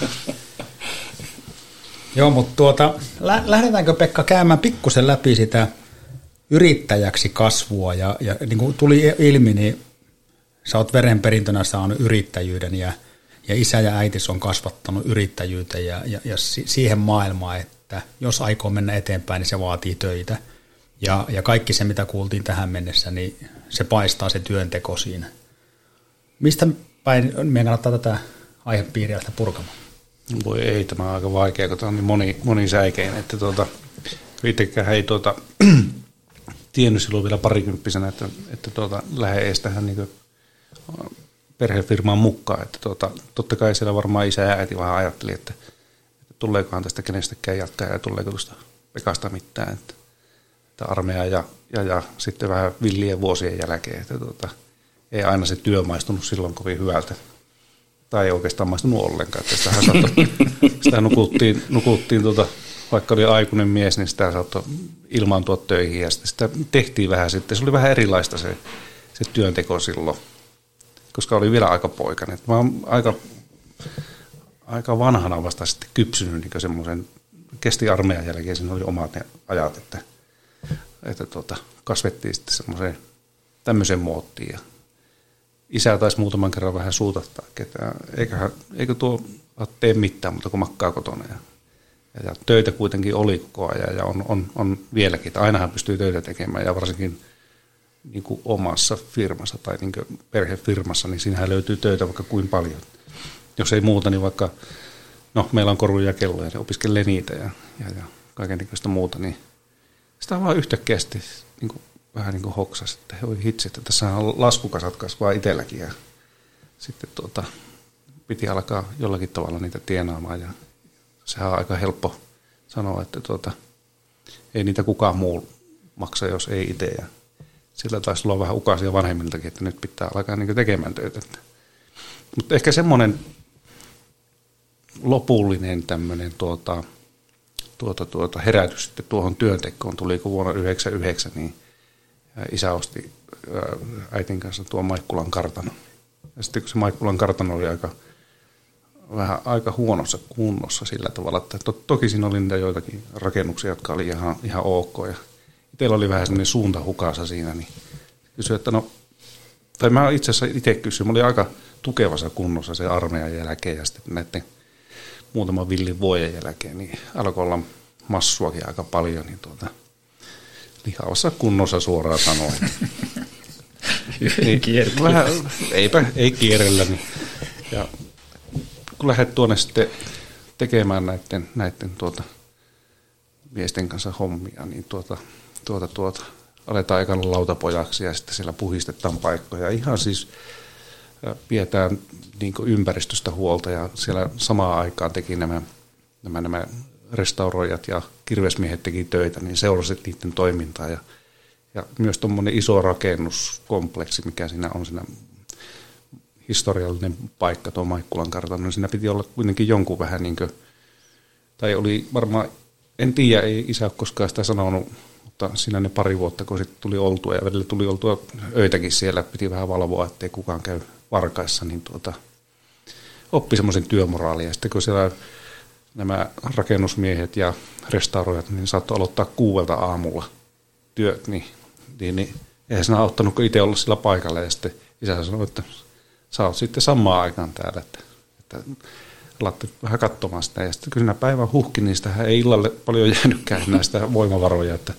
Speaker 7: Joo, mutta lähdetäänkö Pekka käymään pikkusen läpi sitä yrittäjäksi kasvua, ja niin kuin tuli ilmi, niin sä oot verenperintönä saanut yrittäjyyden, ja isä ja äitis on kasvattanut yrittäjyyttä ja siihen maailmaan, että jos aikoo mennä eteenpäin, niin se vaatii töitä. Ja kaikki se, mitä kuultiin tähän mennessä, niin se paistaa se työnteko siinä. Mistä päin meidän kannattaa tätä aihepiiriä lähteä purkamaan?
Speaker 8: Voi ei, tämä on aika vaikea, kun tämä on niin monisäikeinen, että itsekään ei tiennyt silloin vielä parikymppisenä, että lähde ees tähän niin perhefirmaan mukaan. Että totta kai siellä varmaan isä ja äiti vähän ajatteli, että tuleekohan tästä kenestäkään jatkaa ja tuleeko tuosta Pekasta mitään. Että armeija ja sitten vähän villien vuosien jälkeen, että ei aina se työ maistunut silloin kovin hyvältä. Tai ei oikeastaan maistunut ollenkaan. Sitä nukuttiin vaikka oli aikuinen mies, niin sitä saattoi ilmaantua töihin ja sitä tehtiin vähän sitten. Se oli vähän erilaista se työnteko silloin, koska oli vielä aika poikainen. Mä oon aika vanhana vasta sitten kypsynyt niin semmoisen, kesti armeijan jälkeen, siinä oli omat ne ajat, että kasvettiin sitten semmoiseen tämmöiseen muottiin. Ja isä taisi muutaman kerran vähän suutattaa, että eikö tuo tee mitään, mutta kun makkaa kotona. Ja töitä kuitenkin oli koko ajan ja on vieläkin, että ainahan pystyy töitä tekemään ja varsinkin niin kuin omassa firmassa tai niin kuin perhefirmassa, niin siinähän löytyy töitä vaikka kuin paljon. Jos ei muuta, niin vaikka, meillä on koruja ja kelloja, niin opiskelee niitä ja kaikennäköistä muuta, niin sitä vaan yhtäkkiä sitten niin kuin vähän niin kuin hoksasi, että oi hitsi, että tässä on laskukasat kasvaa itselläkin ja sitten piti alkaa jollakin tavalla niitä tienaamaan ja sehän on aika helppo sanoa, että ei niitä kukaan muu maksa, jos ei itse. Ja sillä taisi olla vähän ukaisia vanhemmiltakin, että nyt pitää alkaa niin tekemään töitä. Mutta ehkä semmoinen lopullinen tämmöinen herätys sitten tuohon työntekoon tuli, kun vuonna 1999 niin isä osti äitin kanssa tuon Maikkulan kartanon. Ja sitten kun se Maikkulan kartano oli aika huonossa kunnossa sillä tavalla, että toki siinä oli niitä joitakin rakennuksia, jotka oli ihan ok. Ja itsellä oli vähän semmoinen suunta hukassa siinä, niin kysyin, että tai mä itse asiassa itse kysyin, mä olin aika tukevassa kunnossa se armeijan jälkeen ja sitten näiden muutaman villin vuoden jälkeen, niin alkoi olla massuakin aika paljon, niin lihavassa kunnossa suoraan sanoen. Niin, vähän, ei kierrellä. Niin. Ja kun lähdet tuonne sitten tekemään näiden miesten kanssa hommia, niin aletaan aikana lautapojaksi ja sitten siellä puhistetaan paikkoja. Ihan siis pidetään niin kuin ympäristöstä huolta ja siellä samaan aikaan teki nämä restauroijat ja kirvesmiehet teki töitä, niin seurasit niiden toimintaa ja myös tuommoinen iso rakennuskompleksi, mikä siinä on siinä historiallinen paikka, tuo Maikkulan kartano, niin siinä piti olla kuitenkin jonkun vähän niin kuin, tai oli varmaan, en tiedä, ei isä ole koskaan sitä sanonut, mutta siinä ne pari vuotta, kun sitten tuli oltua ja välillä tuli oltua öitäkin siellä, piti vähän valvoa, ettei kukaan käy varkaissa, niin oppi semmoisen työmoraalin. Ja sitten kun siellä nämä rakennusmiehet ja restauroijat, niin saattoi aloittaa 6 aamulla työt, niin eihän siinä auttanut, kun itse olla sillä paikalla. Ja sitten isä sanoi, että sä oot sitten samaan aikaan täällä, että alatte vähän katsomaan sitä. Ja sitten kun siinä päivän huhki, niin sitähän ei illalle paljon jäänytkään näistä voimavaroja, että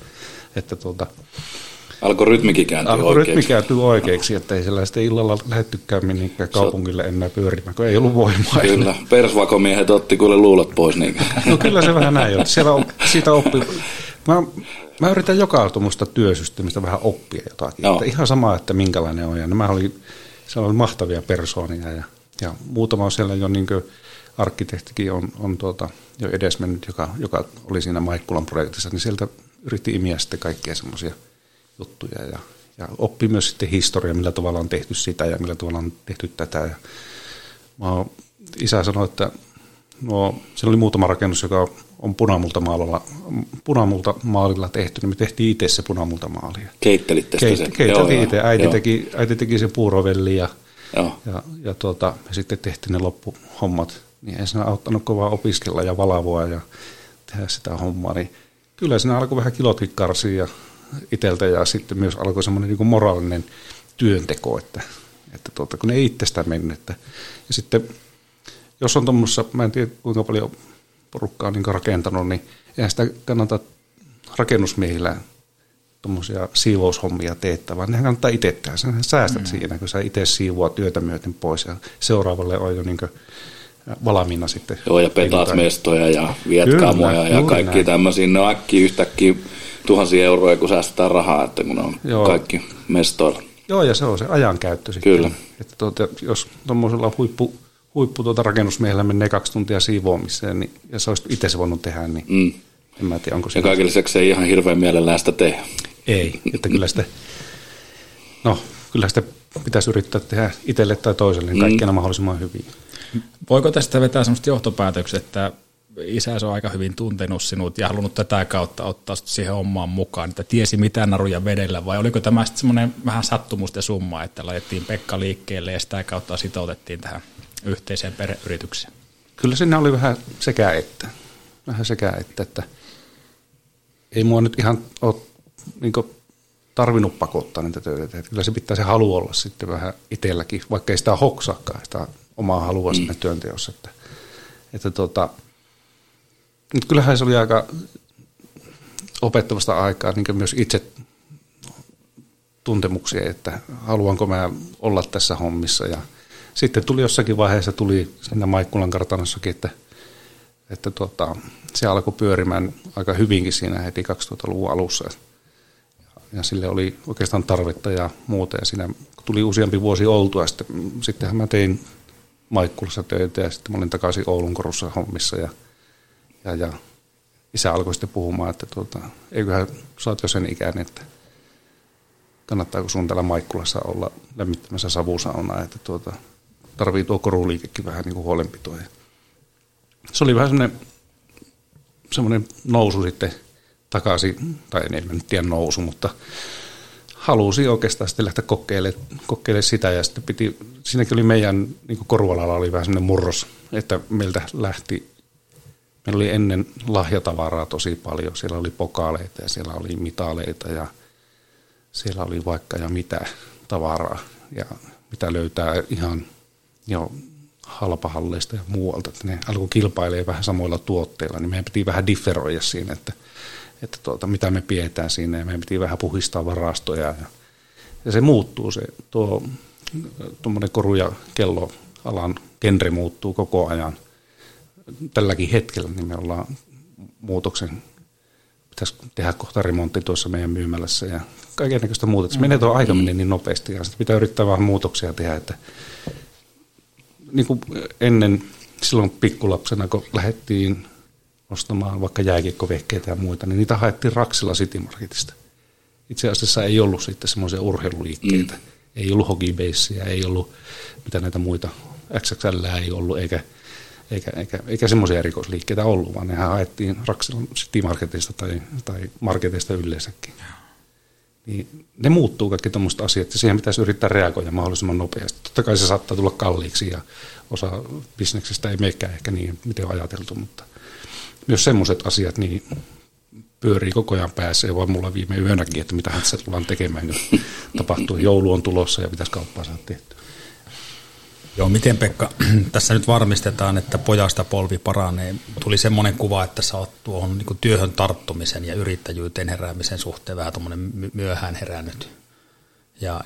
Speaker 6: alkoi rytmikin kääntyä oikeaksi.
Speaker 8: Alkoi rytmi kääntyä oikeaksi, että ei sellaista illalla lähtettykään minnekään kaupungille enää pyörimään, kun ei ollut voimaa.
Speaker 6: Kyllä, persvakomiehet otti kyllä luulot pois. Niin.
Speaker 8: No kyllä se vähän näin on. Siitä oppii. Mä yritän joka tuommoista työsysteemistä vähän oppia jotakin. Että ihan sama, että minkälainen on. Ja siellä oli mahtavia persoonia ja muutama on siellä jo niin kuin arkkitehtikin on jo edesmennyt, joka oli siinä Maikkulan projektissa, niin sieltä yritti imiä sitten kaikkia semmoisia juttuja ja oppi myös sitten historiaa, millä tavalla on tehty sitä ja millä tavalla on tehty tätä. Ja isä sanoi, että siellä oli muutama rakennus, joka on punamultamaalilla tehty, niin me tehtiin itse se punamultamaali.
Speaker 6: Keittelitte sitä sen?
Speaker 8: Keiteltiin itse. Äiti teki se puurovelli ja sitten tehtiin ne loppuhommat. Niin ei siinä auttanut kovaa opiskella ja valavoa ja tehdä sitä hommaa. Niin kyllä siinä alkoi vähän kilotkin karsia itseltä ja sitten myös alkoi semmoinen niin kuin moraalinen työnteko, että kun ei itsestään mennyt. Ja sitten jos on tuommoissa, mä en tiedä kuinka paljon porukkaa on niin rakentanut, niin eihän sitä kannata rakennusmiehillä tuommoisia siivoushommia teettää, vaan nehän kannattaa itse tehdä. Sä säästät siinä, kun sä itse siivoat työtä myöten pois ja seuraavalle on jo niin valmiina sitten.
Speaker 6: Joo, ja petaat mestoja ja vietkaamoja ja kaikki tämmöisiä. Ne on yhtäkkiä 1000 euroja, kun säästetään rahaa, että kun ne on kaikki mestoilla.
Speaker 8: Joo, ja se on se ajankäyttö sitten.
Speaker 6: Kyllä.
Speaker 8: Että jos tuommoisella huippu rakennusmiehellä menee 2 tuntia siivoamiseen, niin, ja se olisi itse se voinut tehdä, niin en mä tiedä, onko se.
Speaker 6: Ja kaikille lisäksi ei ihan hirveän mielellään sitä tehdä.
Speaker 8: Ei, että kyllä sitä pitäisi yrittää tehdä itselle tai toiselle, niin kaikkiana mahdollisimman hyvin.
Speaker 2: Voiko tästä vetää sellaista johtopäätökset, että isäsi on aika hyvin tuntenut sinut ja halunnut tätä kautta ottaa siihen omaan mukaan, että tiesi mitä naruja vedellä, vai oliko tämä sitten semmoinen vähän sattumusten summa, että laitettiin Pekka liikkeelle ja sitä kautta sitoutettiin tähän yhteiseen perheyritykseen?
Speaker 8: Kyllä siinä oli vähän sekä että ei mua nyt ihan ole niin tarvinnut pakottaa niitä töitä, että kyllä se pitää se halu olla sitten vähän itselläkin, vaikka ei sitä hoksaakaan, sitä omaa halua siinä työnteossa, mutta kyllähän se oli aika opettavasta aikaa niin myös itse tuntemuksia, että haluanko mä olla tässä hommissa. Ja sitten tuli jossakin vaiheessa, siinä Maikkulan kartanossakin, että se alkoi pyörimään aika hyvinkin siinä heti 2000-luvun alussa. Ja sille oli oikeastaan tarvetta ja muuta. Ja siinä tuli useampi vuosi oltua. Sittenhän mä tein Maikkulassa töitä ja sitten mä olin takaisin Oulun Korussa hommissa ja isä alkoi sitten puhumaan, että eiköhän sä oot jo sen ikäinen, että kannattaako sun täällä Maikkulassa olla lämmittämässä savusaunaa, että tarvii tuo koruliikekin vähän niin kuin huolenpitoa. Ja se oli vähän semmoinen nousu sitten takaisin, tai en nyt tiedä nousu, mutta halusi oikeastaan sitten lähteä kokeilemaan sitä ja sitten siinäkin oli meidän niin korualalla oli vähän semmoinen murros, että meillä oli ennen lahjatavaraa tosi paljon, siellä oli pokaaleita ja siellä oli mitaleita ja siellä oli vaikka ja mitä tavaraa ja mitä löytää ihan jo halpahalleista ja muualta, että ne alkoi kilpailemaan vähän samoilla tuotteilla, niin meidän piti vähän differoida siinä, että mitä me pidetään siinä ja meidän piti vähän puhistaa varastoja ja se muuttuu, tuommoinen koru- ja kelloalan genre muuttuu koko ajan. Tälläkin hetkellä niin me ollaan muutoksen, pitäisi tehdä kohta remontti tuossa meidän myymälässä ja kaikennäköistä muuta. Se menee tuo aika menee niin nopeasti ja sitten pitää yrittää vähän muutoksia tehdä, että niin kuin ennen silloin pikkulapsena, kun lähdettiin ostamaan vaikka jääkiekkovehkeitä ja muita, niin niitä haettiin Raksilla City Marketista. Itse asiassa ei ollut sitten semmoisia urheiluliikkeitä. Ei ollut hockeybaseja, ei ollut mitä näitä muita, XXL ei ollut, eikä semmoisia erikoisliikkeitä ollut, vaan nehän haettiin Raksilla City Marketista tai marketeista yleensäkin. Niin ne muuttuu kaikki tuommoiset asiat, ja siihen pitäisi yrittää reagoida mahdollisimman nopeasti. Totta kai se saattaa tulla kalliiksi, ja osa bisneksestä ei menekään ehkä niin, miten on ajateltu, mutta myös semmoiset asiat niin pyörii koko ajan päässä, ja vaan mulla viime yönäkin, että mitä se tullaan tekemään, jos tapahtuu. Joulu on tulossa, ja pitäisi kauppaa saada tehtyä.
Speaker 7: Joo, miten Pekka, tässä nyt varmistetaan, että pojasta polvi paranee. Tuli semmoinen kuva, että sä oot tuohon niin kuin työhön tarttumisen ja yrittäjyyteen heräämisen suhteen vähän tuommoinen myöhään herännyt. Ja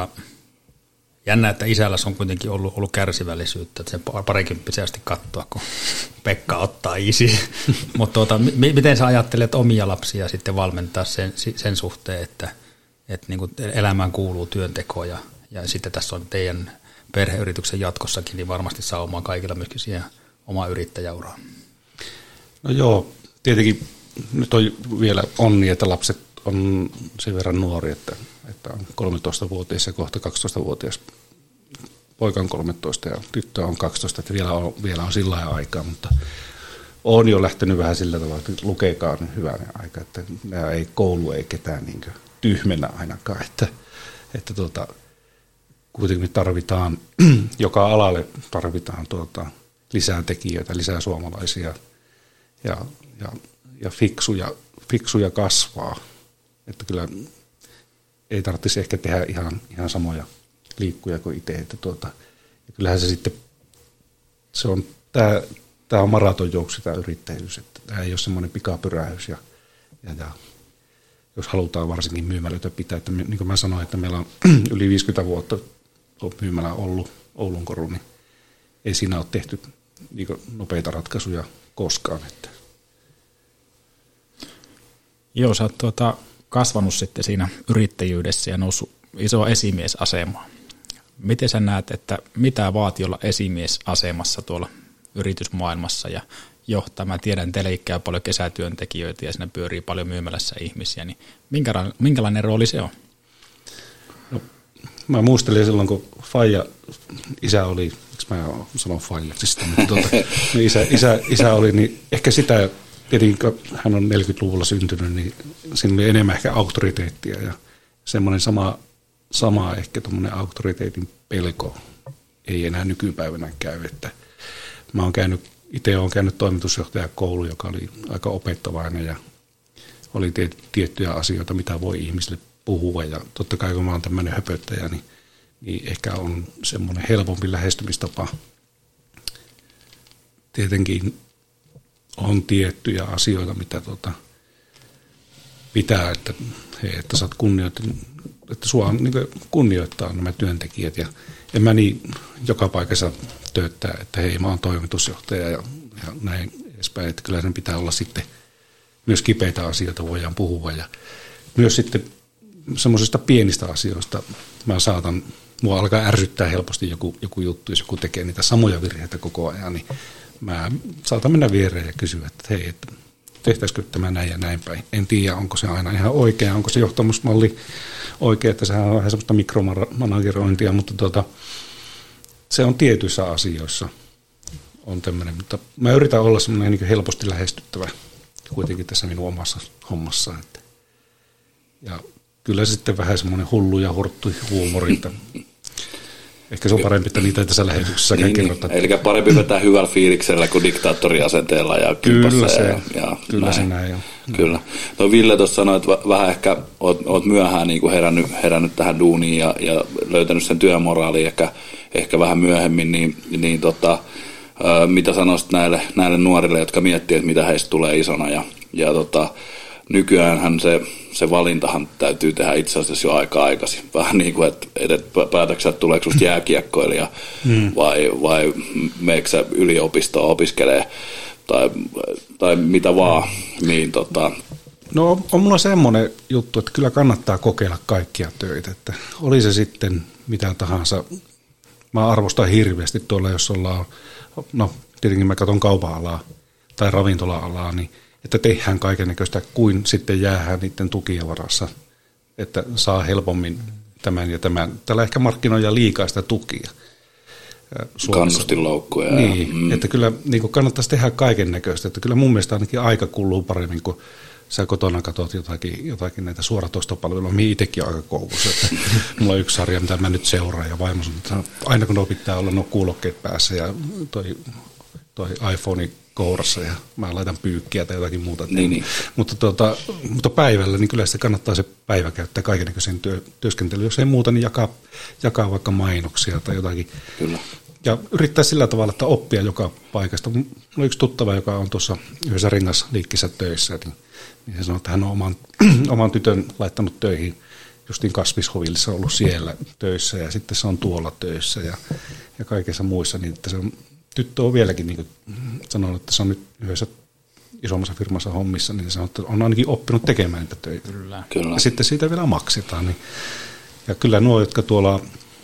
Speaker 7: jännä, että isällä on kuitenkin ollut kärsivällisyyttä, että sen parikymppisesti katsoa, kun Pekka ottaa isi. Mutta miten sä ajattelet omia lapsia sitten valmentaa sen suhteen, että niin kuin elämään kuuluu työnteko ja sitten tässä on teidän perheyrityksen jatkossakin, niin varmasti saa omaa kaikilla myöskin siihen omaa yrittäjäuraa.
Speaker 8: No joo, tietenkin nyt on vielä onni, että lapset on sen verran nuori, että on 13-vuotias ja kohta 12-vuotias. Poika on 13 ja tyttö on 12, että vielä on sillä lailla aikaa, mutta olen jo lähtenyt vähän sillä tavalla, että lukekaa nyt hyvänä aika, että koulu ei ketään niin tyhmennä ainakaan, että kuitenkin me tarvitaan, joka alalle tarvitaan lisää tekijöitä, lisää suomalaisia ja fiksuja kasvaa. Että kyllä ei tarvitsisi ehkä tehdä ihan samoja liikkuja kuin itse. Ja kyllähän se sitten, tämä on maratonjuoksu, tämä yrittäjyys. Että tämä ei ole semmoinen pikapyrähys ja jos halutaan varsinkin myymälöitä pitää, että niin kuin mä sanoin, että meillä on yli 50 vuotta on myymälä ollut Oulun Koru, niin ei siinä ole tehty niin nopeita ratkaisuja koskaan. Että.
Speaker 2: Joo, sä oot kasvanut sitten siinä yrittäjyydessä ja noussut iso esimiesasemaan. Miten sä näet, että mitä vaatii olla esimiesasemassa tuolla yritysmaailmassa ja johtaa? Mä tiedän, teille käy paljon kesätyöntekijöitä ja siinä pyörii paljon myymälässä ihmisiä, niin minkälainen rooli se on?
Speaker 8: No, mä muistelin silloin, kun isä oli, miksi mä sanon faijaksista, mutta isä oli, niin ehkä sitä, tietenkin kun hän on 40-luvulla syntynyt, niin siinä oli enemmän ehkä auktoriteettia ja semmoinen sama ehkä tuommoinen auktoriteetin pelko ei enää nykypäivänä käy, että mä itse olen käynyt toimitusjohtajakoulu, joka oli aika opettavainen ja oli tiettyjä asioita, mitä voi ihmisille puhua ja totta kai kun mä oon tämmöinen höpöttäjä, niin ehkä on semmoinen helpompi lähestymistapa. Tietenkin on tiettyjä asioita, mitä pitää, että sä oot että sua niin kunnioittaa nämä työntekijät ja en mä niin joka paikassa tööttää, että hei mä oon toimitusjohtaja ja näin edespäin, että kyllä sen pitää olla sitten myös kipeitä asioita voidaan puhua ja myös sitten semmoisista pienistä asioista mä saatan mua alkaa ärsyttää helposti joku juttu, jos joku tekee niitä samoja virheitä koko ajan, niin mä saatan mennä viereen ja kysyä, että hei, että tehtäisikö tämä näin ja näin päin. En tiedä, onko se aina ihan oikea, onko se johtamusmalli oikea, että sehän on vähän semmoista mikromanagerointia, mutta se on tietyissä asioissa on tämmöinen, mutta mä yritän olla semmoinen niin helposti lähestyttävä kuitenkin tässä minun omassa hommassa. Ja kyllä se sitten vähän semmoinen hullu ja horttu huumori, että ehkä se on parempi, että niitä ei tässä lähetyksessäkään kerrota.
Speaker 6: Eli parempi vetää hyvällä fiiliksellä kuin diktaattoriasenteella ja kypässä.
Speaker 8: Kyllä se näin on.
Speaker 6: Kyllä. No Ville tuossa sanoi, että vähän ehkä oot myöhään niin kuin herännyt tähän duuniin ja löytänyt sen työmoraaliin ehkä vähän myöhemmin, niin mitä sanoisit näille nuorille, jotka miettii, että mitä heistä tulee isona ja nykyäänhän se valintahan täytyy tehdä itse asiassa jo aika aikaisin. Vähän niin kuin, että päätäksä, että tuleeko susta jääkiekkoilija vai meekö sä yliopistoon opiskelee tai mitä vaan. Niin,
Speaker 8: No on mulla semmoinen juttu, että kyllä kannattaa kokeilla kaikkia töitä. Että oli se sitten mitä tahansa. Mä arvostan hirveästi tuolla, jos ollaan, no tietenkin mä katson kaupan-alaa tai ravintola-alaa, niin että tehdään kaikennäköistä kuin sitten jäähän niiden tukien varassa, että saa helpommin tämän ja tämän. Täällä ehkä markkinoidaan liikaa sitä tukia.
Speaker 6: Kannustinloukkuja.
Speaker 8: Niin, että kyllä niin kannattaisi tehdä kaikennäköistä. Että kyllä mun mielestä ainakin aika kuluu paremmin, kun sä kotona katsot jotakin näitä suoratoistopalveluja, mihin itsekin on aika koukussa. Mulla on yksi sarja, mitä mä nyt seuraan, ja vaimo sanoo, että aina kun pitää olla nuo kuulokkeet päässä ja toi iPhone kourassa ja mä laitan pyykkiä tai jotakin muuta.
Speaker 6: Niin.
Speaker 8: Mutta päivällä niin kyllä sitä kannattaa se päivä käyttää kaikennäköisen työskentelyyn. Jos ei muuta, niin jakaa vaikka mainoksia tai jotakin.
Speaker 6: Kyllä.
Speaker 8: Ja yrittää sillä tavalla, että oppia joka paikasta. Mulla on yksi tuttava, joka on tuossa yhdessä rengasliikkissä töissä, niin se sanoo, että hän on oman tytön laittanut töihin justiin Kasvishovillissa ollut siellä töissä ja sitten se on tuolla töissä ja kaikessa muissa, niin että se on tyttö on vieläkin niin sanonut, että se on nyt yhdessä isommassa firmassa hommissa, niin se on ainakin oppinut tekemään niitä töitä.
Speaker 6: Kyllä.
Speaker 8: Ja sitten siitä vielä maksetaan. Niin. Ja kyllä nuo, jotka tuolla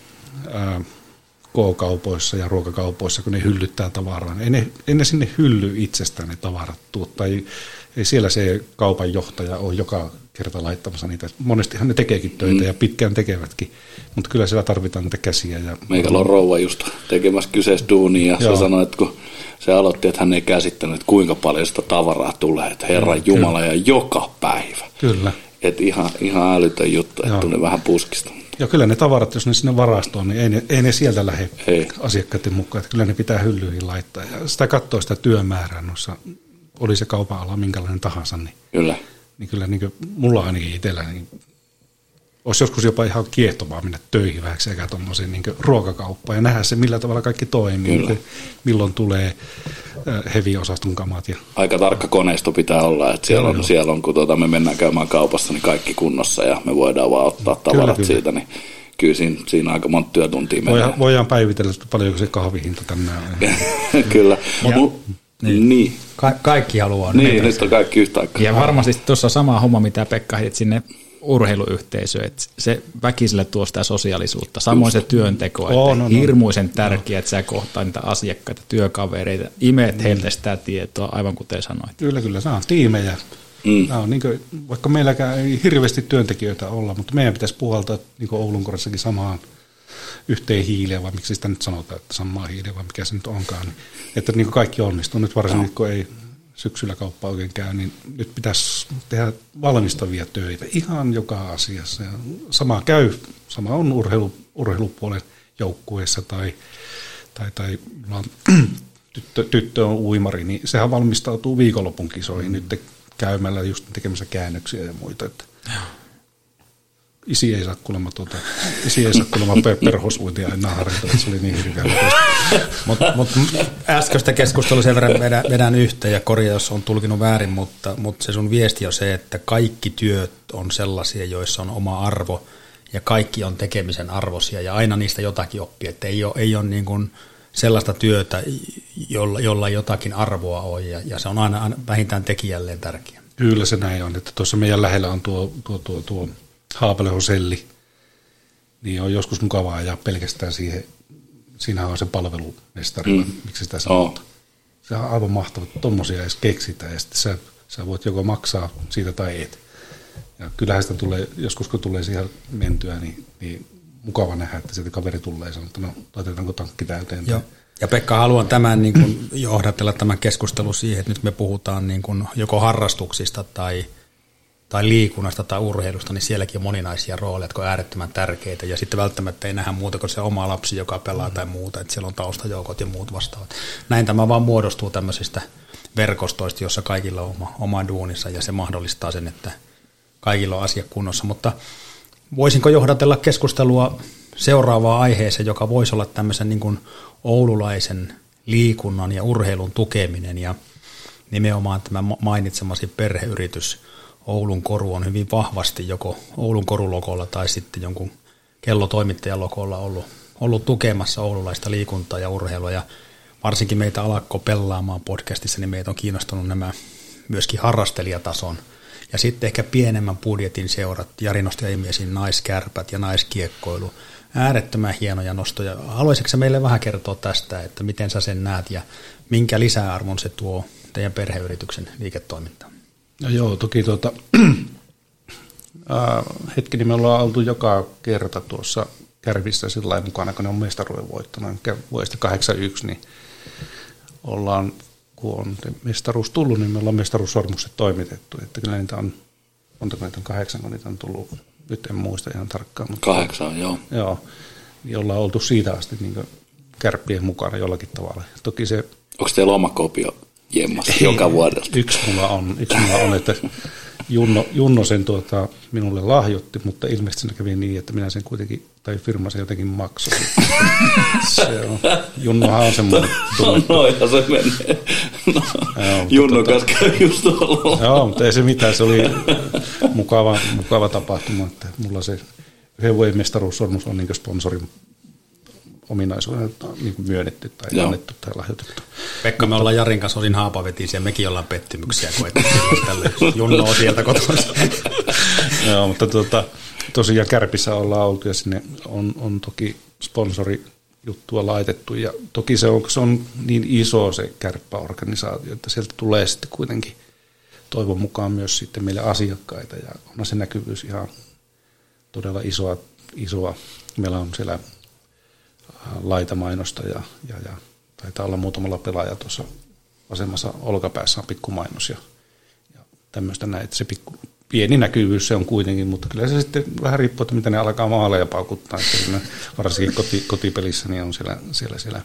Speaker 8: K-kaupoissa ja ruokakaupoissa, kun ne hyllyttää tavaraa, niin ei ne sinne hylly itsestään ne tavarat tuottaa. Ei siellä se kaupan johtaja ole joka kerta laittamassa niitä. Monestihan ne tekeekin töitä ja pitkään tekevätkin, mutta kyllä siellä tarvitaan niitä käsiä.
Speaker 6: Meikällä on rouva just tekemässä kyseessä duunia ja se sanoi, että kun se aloitti, että hän ei käsittänyt, että kuinka paljon sitä tavaraa tulee, että Herran Jumala ja joka päivä.
Speaker 8: Kyllä.
Speaker 6: Että ihan älytön juttu, että tulee vähän puskista.
Speaker 8: Ja kyllä ne tavarat, jos ne sinne varastoon, niin ei ne sieltä lähde asiakkaiden mukaan. Että kyllä ne pitää hyllyihin laittaa. Ja sitä katsoo sitä työmäärää noissa, oli se kaupan ala minkälainen tahansa, niin kyllä niin mulla ainakin itsellä, niin olisi joskus jopa ihan kiehtovaa mennä töihin vähäksi eikä tuommoiseen niin ruokakauppaan ja nähdä se, millä tavalla kaikki toimii, milloin tulee heavy-osaston kamat.
Speaker 6: Aika tarkka koneisto pitää olla, että siellä on kun me mennään käymään kaupassa, niin kaikki kunnossa ja me voidaan vaan ottaa tavarat siitä, niin kyllä siinä aika monta työtuntia menee.
Speaker 8: Voidaan päivitellä, paljonko se kahvihinta tänään on.
Speaker 6: Kyllä. Niin.
Speaker 7: Kaikki haluaa.
Speaker 6: Niin, nyt on kaikki yhtä aikaa.
Speaker 2: Ja varmasti tuossa sama homma, mitä Pekka heitit sinne urheiluyhteisöön, että se väkiselle tuo sitä sosiaalisuutta. Samoin se työnteko, että hirmuisen tärkeää, että sä kohtaa niitä asiakkaita, työkavereita, imeet heiltä sitä tietoa, aivan kuten sanoit.
Speaker 8: Kyllä, saa tiimejä. On niin kuin, vaikka meilläkään ei hirveästi työntekijöitä olla, mutta meidän pitäisi puhaltaa niin kuin Oulun Korossakin samaan yhteen hiileen, vai miksi sitä nyt sanotaan, että samaa hiileen, vai mikä se nyt onkaan. Niin, että niin kuin kaikki onnistuu. Nyt varsinkin, kun ei syksyllä kauppa oikein käy, niin nyt pitäisi tehdä valmistavia töitä ihan joka asiassa. Ja sama on urheilupuolen joukkueessa tai tyttö on uimari, niin sehän valmistautuu viikonlopun kisoihin nyt käymällä just tekemässä käännöksiä ja muita. Että isi ei saa kuulemma perhosuintia enää harjoitella, se oli niin hirveä.
Speaker 7: Mutta äskeistä keskustelua sen verran vedän yhteen ja korjaa, jos on tulkinut väärin, mutta se sun viesti on se, että kaikki työt on sellaisia, joissa on oma arvo ja kaikki on tekemisen arvoisia ja aina niistä jotakin oppii, että ei ole niin kuin sellaista työtä, jolla jotakin arvoa on ja se on aina vähintään tekijälleen tärkeä.
Speaker 8: Kyllä se näin on, että tuossa meidän lähellä on tuo Haapalehoselli, Niin on joskus mukavaa ja pelkästään siihen, siinähän on se palvelumestari, miksi sitä sanotaan. Se on aivan mahtavaa, että tommosia edes keksitään ja sitten sä voit joko maksaa siitä tai et. Ja kyllähän sitä tulee, joskus kun tulee siihen mentyä, niin mukava nähdä, että sieltä kaveri tulee ja sanoo, että no laitetaanko tankki täyteen.
Speaker 7: Joo. Ja Pekka, haluan tämän niin kuin johdatella tämän keskustelun siihen, että nyt me puhutaan niin kuin joko harrastuksista tai liikunnasta tai urheilusta, niin sielläkin on moninaisia rooleja, jotka on äärettömän tärkeitä. Ja sitten välttämättä ei nähdä muuta kuin se oma lapsi, joka pelaa tai muuta, että siellä on taustajoukot ja muut vastaavat. Näin tämä vaan muodostuu tämmöisistä verkostoista, jossa kaikilla on oma duunissa ja se mahdollistaa sen, että kaikilla on asia kunnossa. Mutta voisinko johdatella keskustelua seuraavaan aiheeseen, joka voisi olla tämmöisen niin kuin oululaisen liikunnan ja urheilun tukeminen ja nimenomaan tämä mainitsemasi perheyritys Oulun Koru on hyvin vahvasti joko Oulun Korulokolla tai sitten jonkun kellotoimittajan lokolla ollut tukemassa oululaista liikuntaa ja urheilua ja varsinkin meitä Alakko Pellaamaan podcastissa, niin meitä on kiinnostunut nämä myöskin harrastelijatason ja sitten ehkä pienemmän budjetin seurat, Jari nosti esiin naiskärpät ja naiskiekkoilu. Äärettömän hienoja nostoja. Haluaisitko sä meille vähän kertoa tästä, että miten sä sen näet ja minkä lisäarvon se tuo teidän perheyrityksen liiketoimintaan?
Speaker 8: No joo, toki hetkinen me ollaan oltu joka kerta tuossa Kärpissä sillä lailla mukana, kun ne on mestaruuden voittanut. Vuodesta 81, niin ollaan, kun on mestaruus tullut, niin me ollaan mestaruussormukset toimitettu. Että kyllä niitä on, montako niitä on 8, kun niitä on tullut, nyt en muista ihan tarkkaan. Mutta
Speaker 6: 8, joo.
Speaker 8: Joo, niin ollaan oltu siitä asti niin Kärppien mukana jollakin tavalla. Toki se...
Speaker 6: Onko teillä oma kopio jemmassa joka vuodelta?
Speaker 8: Yksi mulla on, että Junno sen minulle lahjoitti, mutta ilmeisesti siinä kävi niin, että minä sen kuitenkin, tai firma sen jotenkin maksoi. Junnohan on semmoinen tunnettu.
Speaker 6: Noihan se menee. No, Junno kanssa käy just tuolla.
Speaker 8: Joo, mutta ei se mitään, se oli mukava tapahtuma, että mulla se yhden vuoden mestaruussormus on niin sponsorin ominaisuuden niin myönnetty tai annettu tai lahjoitettu.
Speaker 7: Pekka, me ollaan Jarin kanssa osin haapavetisiä, mekin ollaan pettymyksiä koettu tälle Junno on sieltä kotoisin.
Speaker 8: Joo, mutta tosiaan Kärpissä ollaan oltu ja sinne on toki sponsorijuttua laitettu ja toki se on niin iso se kärppäorganisaatio, että sieltä tulee sitten kuitenkin toivon mukaan myös sitten meille asiakkaita ja on se näkyvyys ihan todella isoa. Meillä on siellä laitamainosta ja taitaa olla muutamalla pelaaja tuossa vasemmassa olkapäässä on pikkumainos ja tämmöistä näin, että se pieni näkyvyys se on kuitenkin, mutta kyllä se sitten vähän riippuu, että mitä ne alkaa maaleja paukuttaa, että varsinkin kotipelissä niin on siellä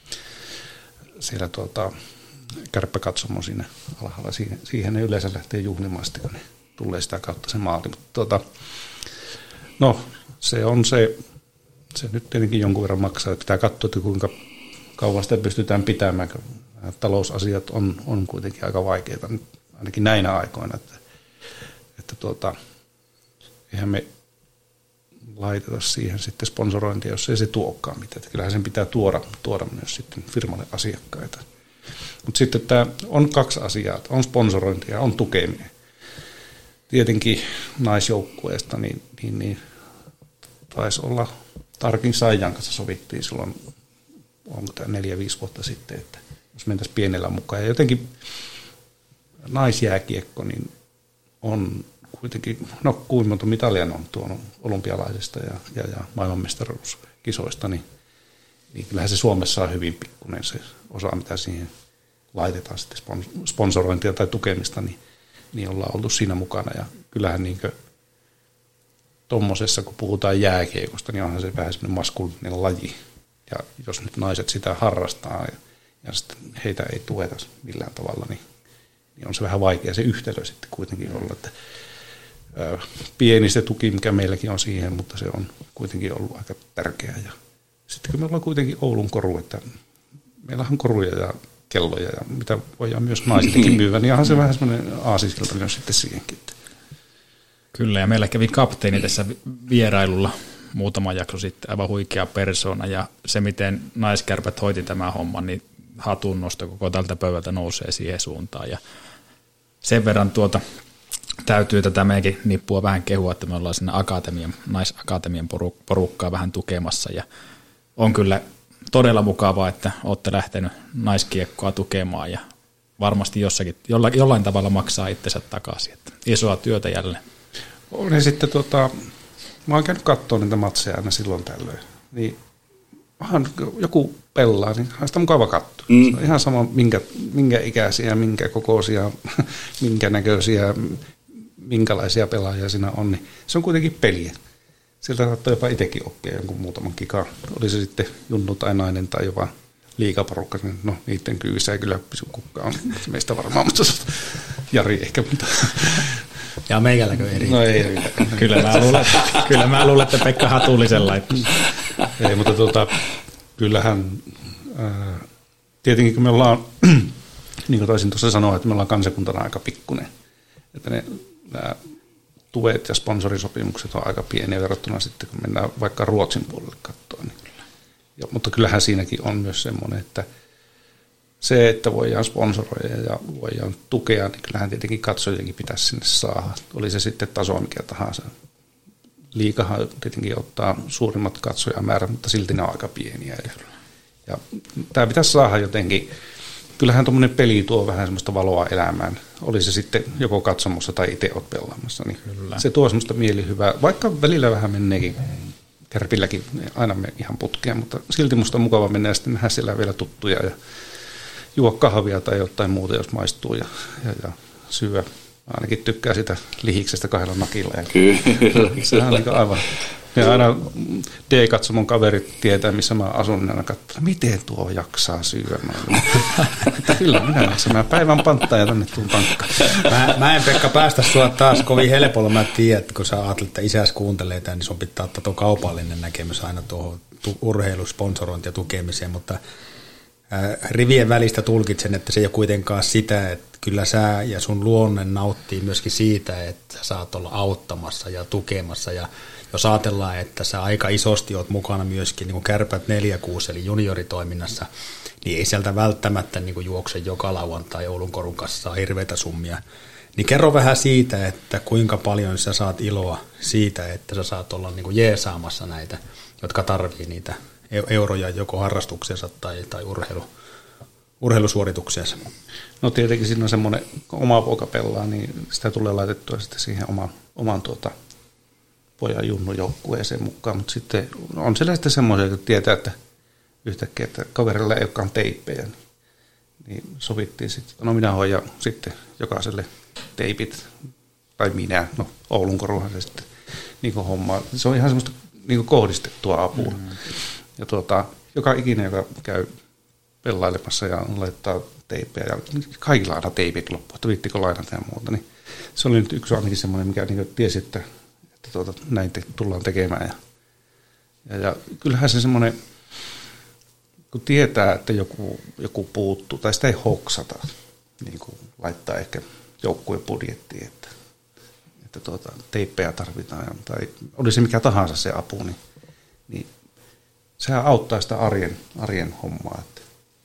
Speaker 8: kärppäkatsomo siinä alhaalla, siihen ne yleensä lähtee juhlimaan sitten, kun ne tulee sitä kautta se maali, mutta no se on se nyt tietenkin jonkun verran maksaa, että pitää katsoa, että kuinka kauan sitä pystytään pitämään, kun talousasiat on kuitenkin aika vaikeita, ainakin näinä aikoina, että eihän me laiteta siihen sitten sponsorointia, jos ei se tuokaan mitään, että kyllähän sen pitää tuoda myös sitten firmalle asiakkaita. Mutta sitten tämä on 2 asiaa, on sponsorointi ja on tukeminen. Tietenkin naisjoukkueesta niin taisi olla Tarkin Saijan kanssa sovittiin silloin, onko tämä 4-5 vuotta sitten, että jos mentäisiin pienellä mukaan. Ja jotenkin naisjääkiekko niin on kuitenkin, no kuinka monta mitalia on tuonut olympialaisista ja maailmanmestaruuskisoista, niin kyllähän se Suomessa on hyvin pikkuinen se osa, mitä siihen laitetaan sitten sponsorointia tai tukemista, niin ollaan oltu siinä mukana. Ja kyllähän tuommoisessa, kun puhutaan jääkiekosta, niin onhan se vähän semmoinen maskuliininen laji. Ja jos nyt naiset sitä harrastaa ja sitten heitä ei tueta millään tavalla, niin on se vähän vaikea se yhtälö sitten kuitenkin olla. Että, pieni se tuki, mikä meilläkin on siihen, mutta se on kuitenkin ollut aika tärkeää. Ja sitten kun me ollaan kuitenkin Oulun Koru, että meillä on koruja ja kelloja ja mitä voidaan myös naisillekin myyvä, niin onhan se vähän semmoinen aasisilta myös sitten siihenkin.
Speaker 2: Kyllä, ja meillä kävi kapteeni tässä vierailulla muutama jakso sitten, aivan huikea persoona, ja se, miten naiskärpät hoiti tämän homman, niin hatunnosto koko tältä pöydältä nousee siihen suuntaan. Ja sen verran täytyy tätä meidänkin nippua vähän kehua, että me ollaan sinne naisakatemian porukkaa vähän tukemassa ja on kyllä todella mukavaa, että olette lähtenyt naiskiekkoa tukemaan ja varmasti jollain tavalla maksaa itsensä takaisin. Että isoa työtä jälleen.
Speaker 8: On sitten mä oon käynyt katsoa niitä matseja aina silloin tällöin, niin joku pelaa, niin on sitä mukava katsoa. Se on ihan sama, minkä ikäisiä, minkä kokoisia, minkä näköisiä, minkälaisia pelaajia siinä on, niin se on kuitenkin peliä. Sieltä saattaa jopa itsekin oppia jonkun muutaman kikaan. Oli se sitten junnu tai nainen tai jopa liigaporukka, niin no niiden kyyvissä ei kyllä pysy kukaan on meistä varmaan, mutta Jari ehkä. Mutta.
Speaker 7: Ja meikälläkö eri?
Speaker 8: No ei.
Speaker 2: Kyllä mä luulen, että Pekka Hatulisella.
Speaker 8: Ei, mutta kyllähän tietenkin kun me ollaan, niin kuin taisin tuossa sanoa, että me ollaan kansakuntana aika pikkuinen. Että nämä tuet ja sponsorisopimukset on aika pieniä verrattuna sitten, kun mennään vaikka Ruotsin puolelle katsoa. Niin. Mutta kyllähän siinäkin on myös semmoinen, että se, että voidaan sponsoroida ja voidaan tukea, niin kyllähän tietenkin katsojienkin pitäisi sinne saada. Oli se sitten taso mikä tahansa. Liigahan tietenkin ottaa suurimmat katsojamäärät, mutta silti ne on aika pieniä. Ja tämä pitäisi saada jotenkin. Kyllähän tuommoinen peli tuo vähän semmoista valoa elämään. Oli se sitten joko katsomossa tai itse olet pelaamassa. Niin se tuo semmoista mielihyvää. Vaikka välillä vähän menneekin, Kärpilläkin aina me ihan putkeen, mutta silti musta on mukava mennä ja sitten nähdä siellä vielä tuttuja ja juo kahvia tai jotain muuta, jos maistuu ja syö. Ainakin tykkää sitä lihiksestä 2 nakilla.
Speaker 6: Kyllä.
Speaker 8: Se on niin aivan. Ja aina D-katsomon kaverit tietää, missä mä asun, niin aina katsoo, miten tuo jaksaa syömään. Kyllä minä jaksan. Mä päivän panttaan ja tänne tuun pankkaan.
Speaker 7: Mä en Pekka päästä sua taas kovin helpolla. Mä tiedän, että kun sä ajattelet, että isäs kuuntelee tämän, niin sun pitää ottaa tuo kaupallinen näkemys aina tuohon urheilusponsorointi ja tukemiseen, mutta rivien välistä tulkitsen, että se ei ole kuitenkaan sitä, että kyllä sä ja sun luonne nauttii myöskin siitä, että sä saat olla auttamassa ja tukemassa. Ja jos ajatellaan, että sä aika isosti oot mukana myöskin niin kuin Kärpät 46 eli junioritoiminnassa, niin ei sieltä välttämättä niin kuin juokse joka lauantai Oulun Korun kanssa hirveitä summia. Niin kerro vähän siitä, että kuinka paljon sä saat iloa siitä, että sä saat olla niin kuin jeesaamassa näitä, jotka tarvii niitä euroja joko harrastuksensa tai urheilusuoritukseensa.
Speaker 8: No tietenkin siinä on semmoinen, kun oma poika pelaa, niin sitä tulee laitettua sitten siihen oman pojan junnujoukkueeseen mukaan, mutta sitten on siellä sitten semmoisia, että tietää, että yhtäkkiä, että kaverilla ei olekaan teippejä, niin sovittiin sitten, no minä hoidan sitten jokaiselle teipit, tai minä, no Oulun Koruhan se sitten niin kuin homma. Se on ihan semmoista niin kuin kohdistettua apua. Ja joka ikinen, joka käy pelailemassa ja laittaa teippejä, ja kaikilla aina teipit loppu, että viittikö lainata ja muuta, niin se oli nyt yksi ainakin semmoinen, mikä niin tiesi, että näin tullaan tekemään. Ja kyllähän se semmoinen, kun tietää, että joku puuttuu, tai sitä ei hoksata, niin kuin laittaa ehkä joukkueen budjettiin, että teippejä tarvitaan, tai oli se mikä tahansa se apu, niin sehän auttaa sitä arjen hommaa. Että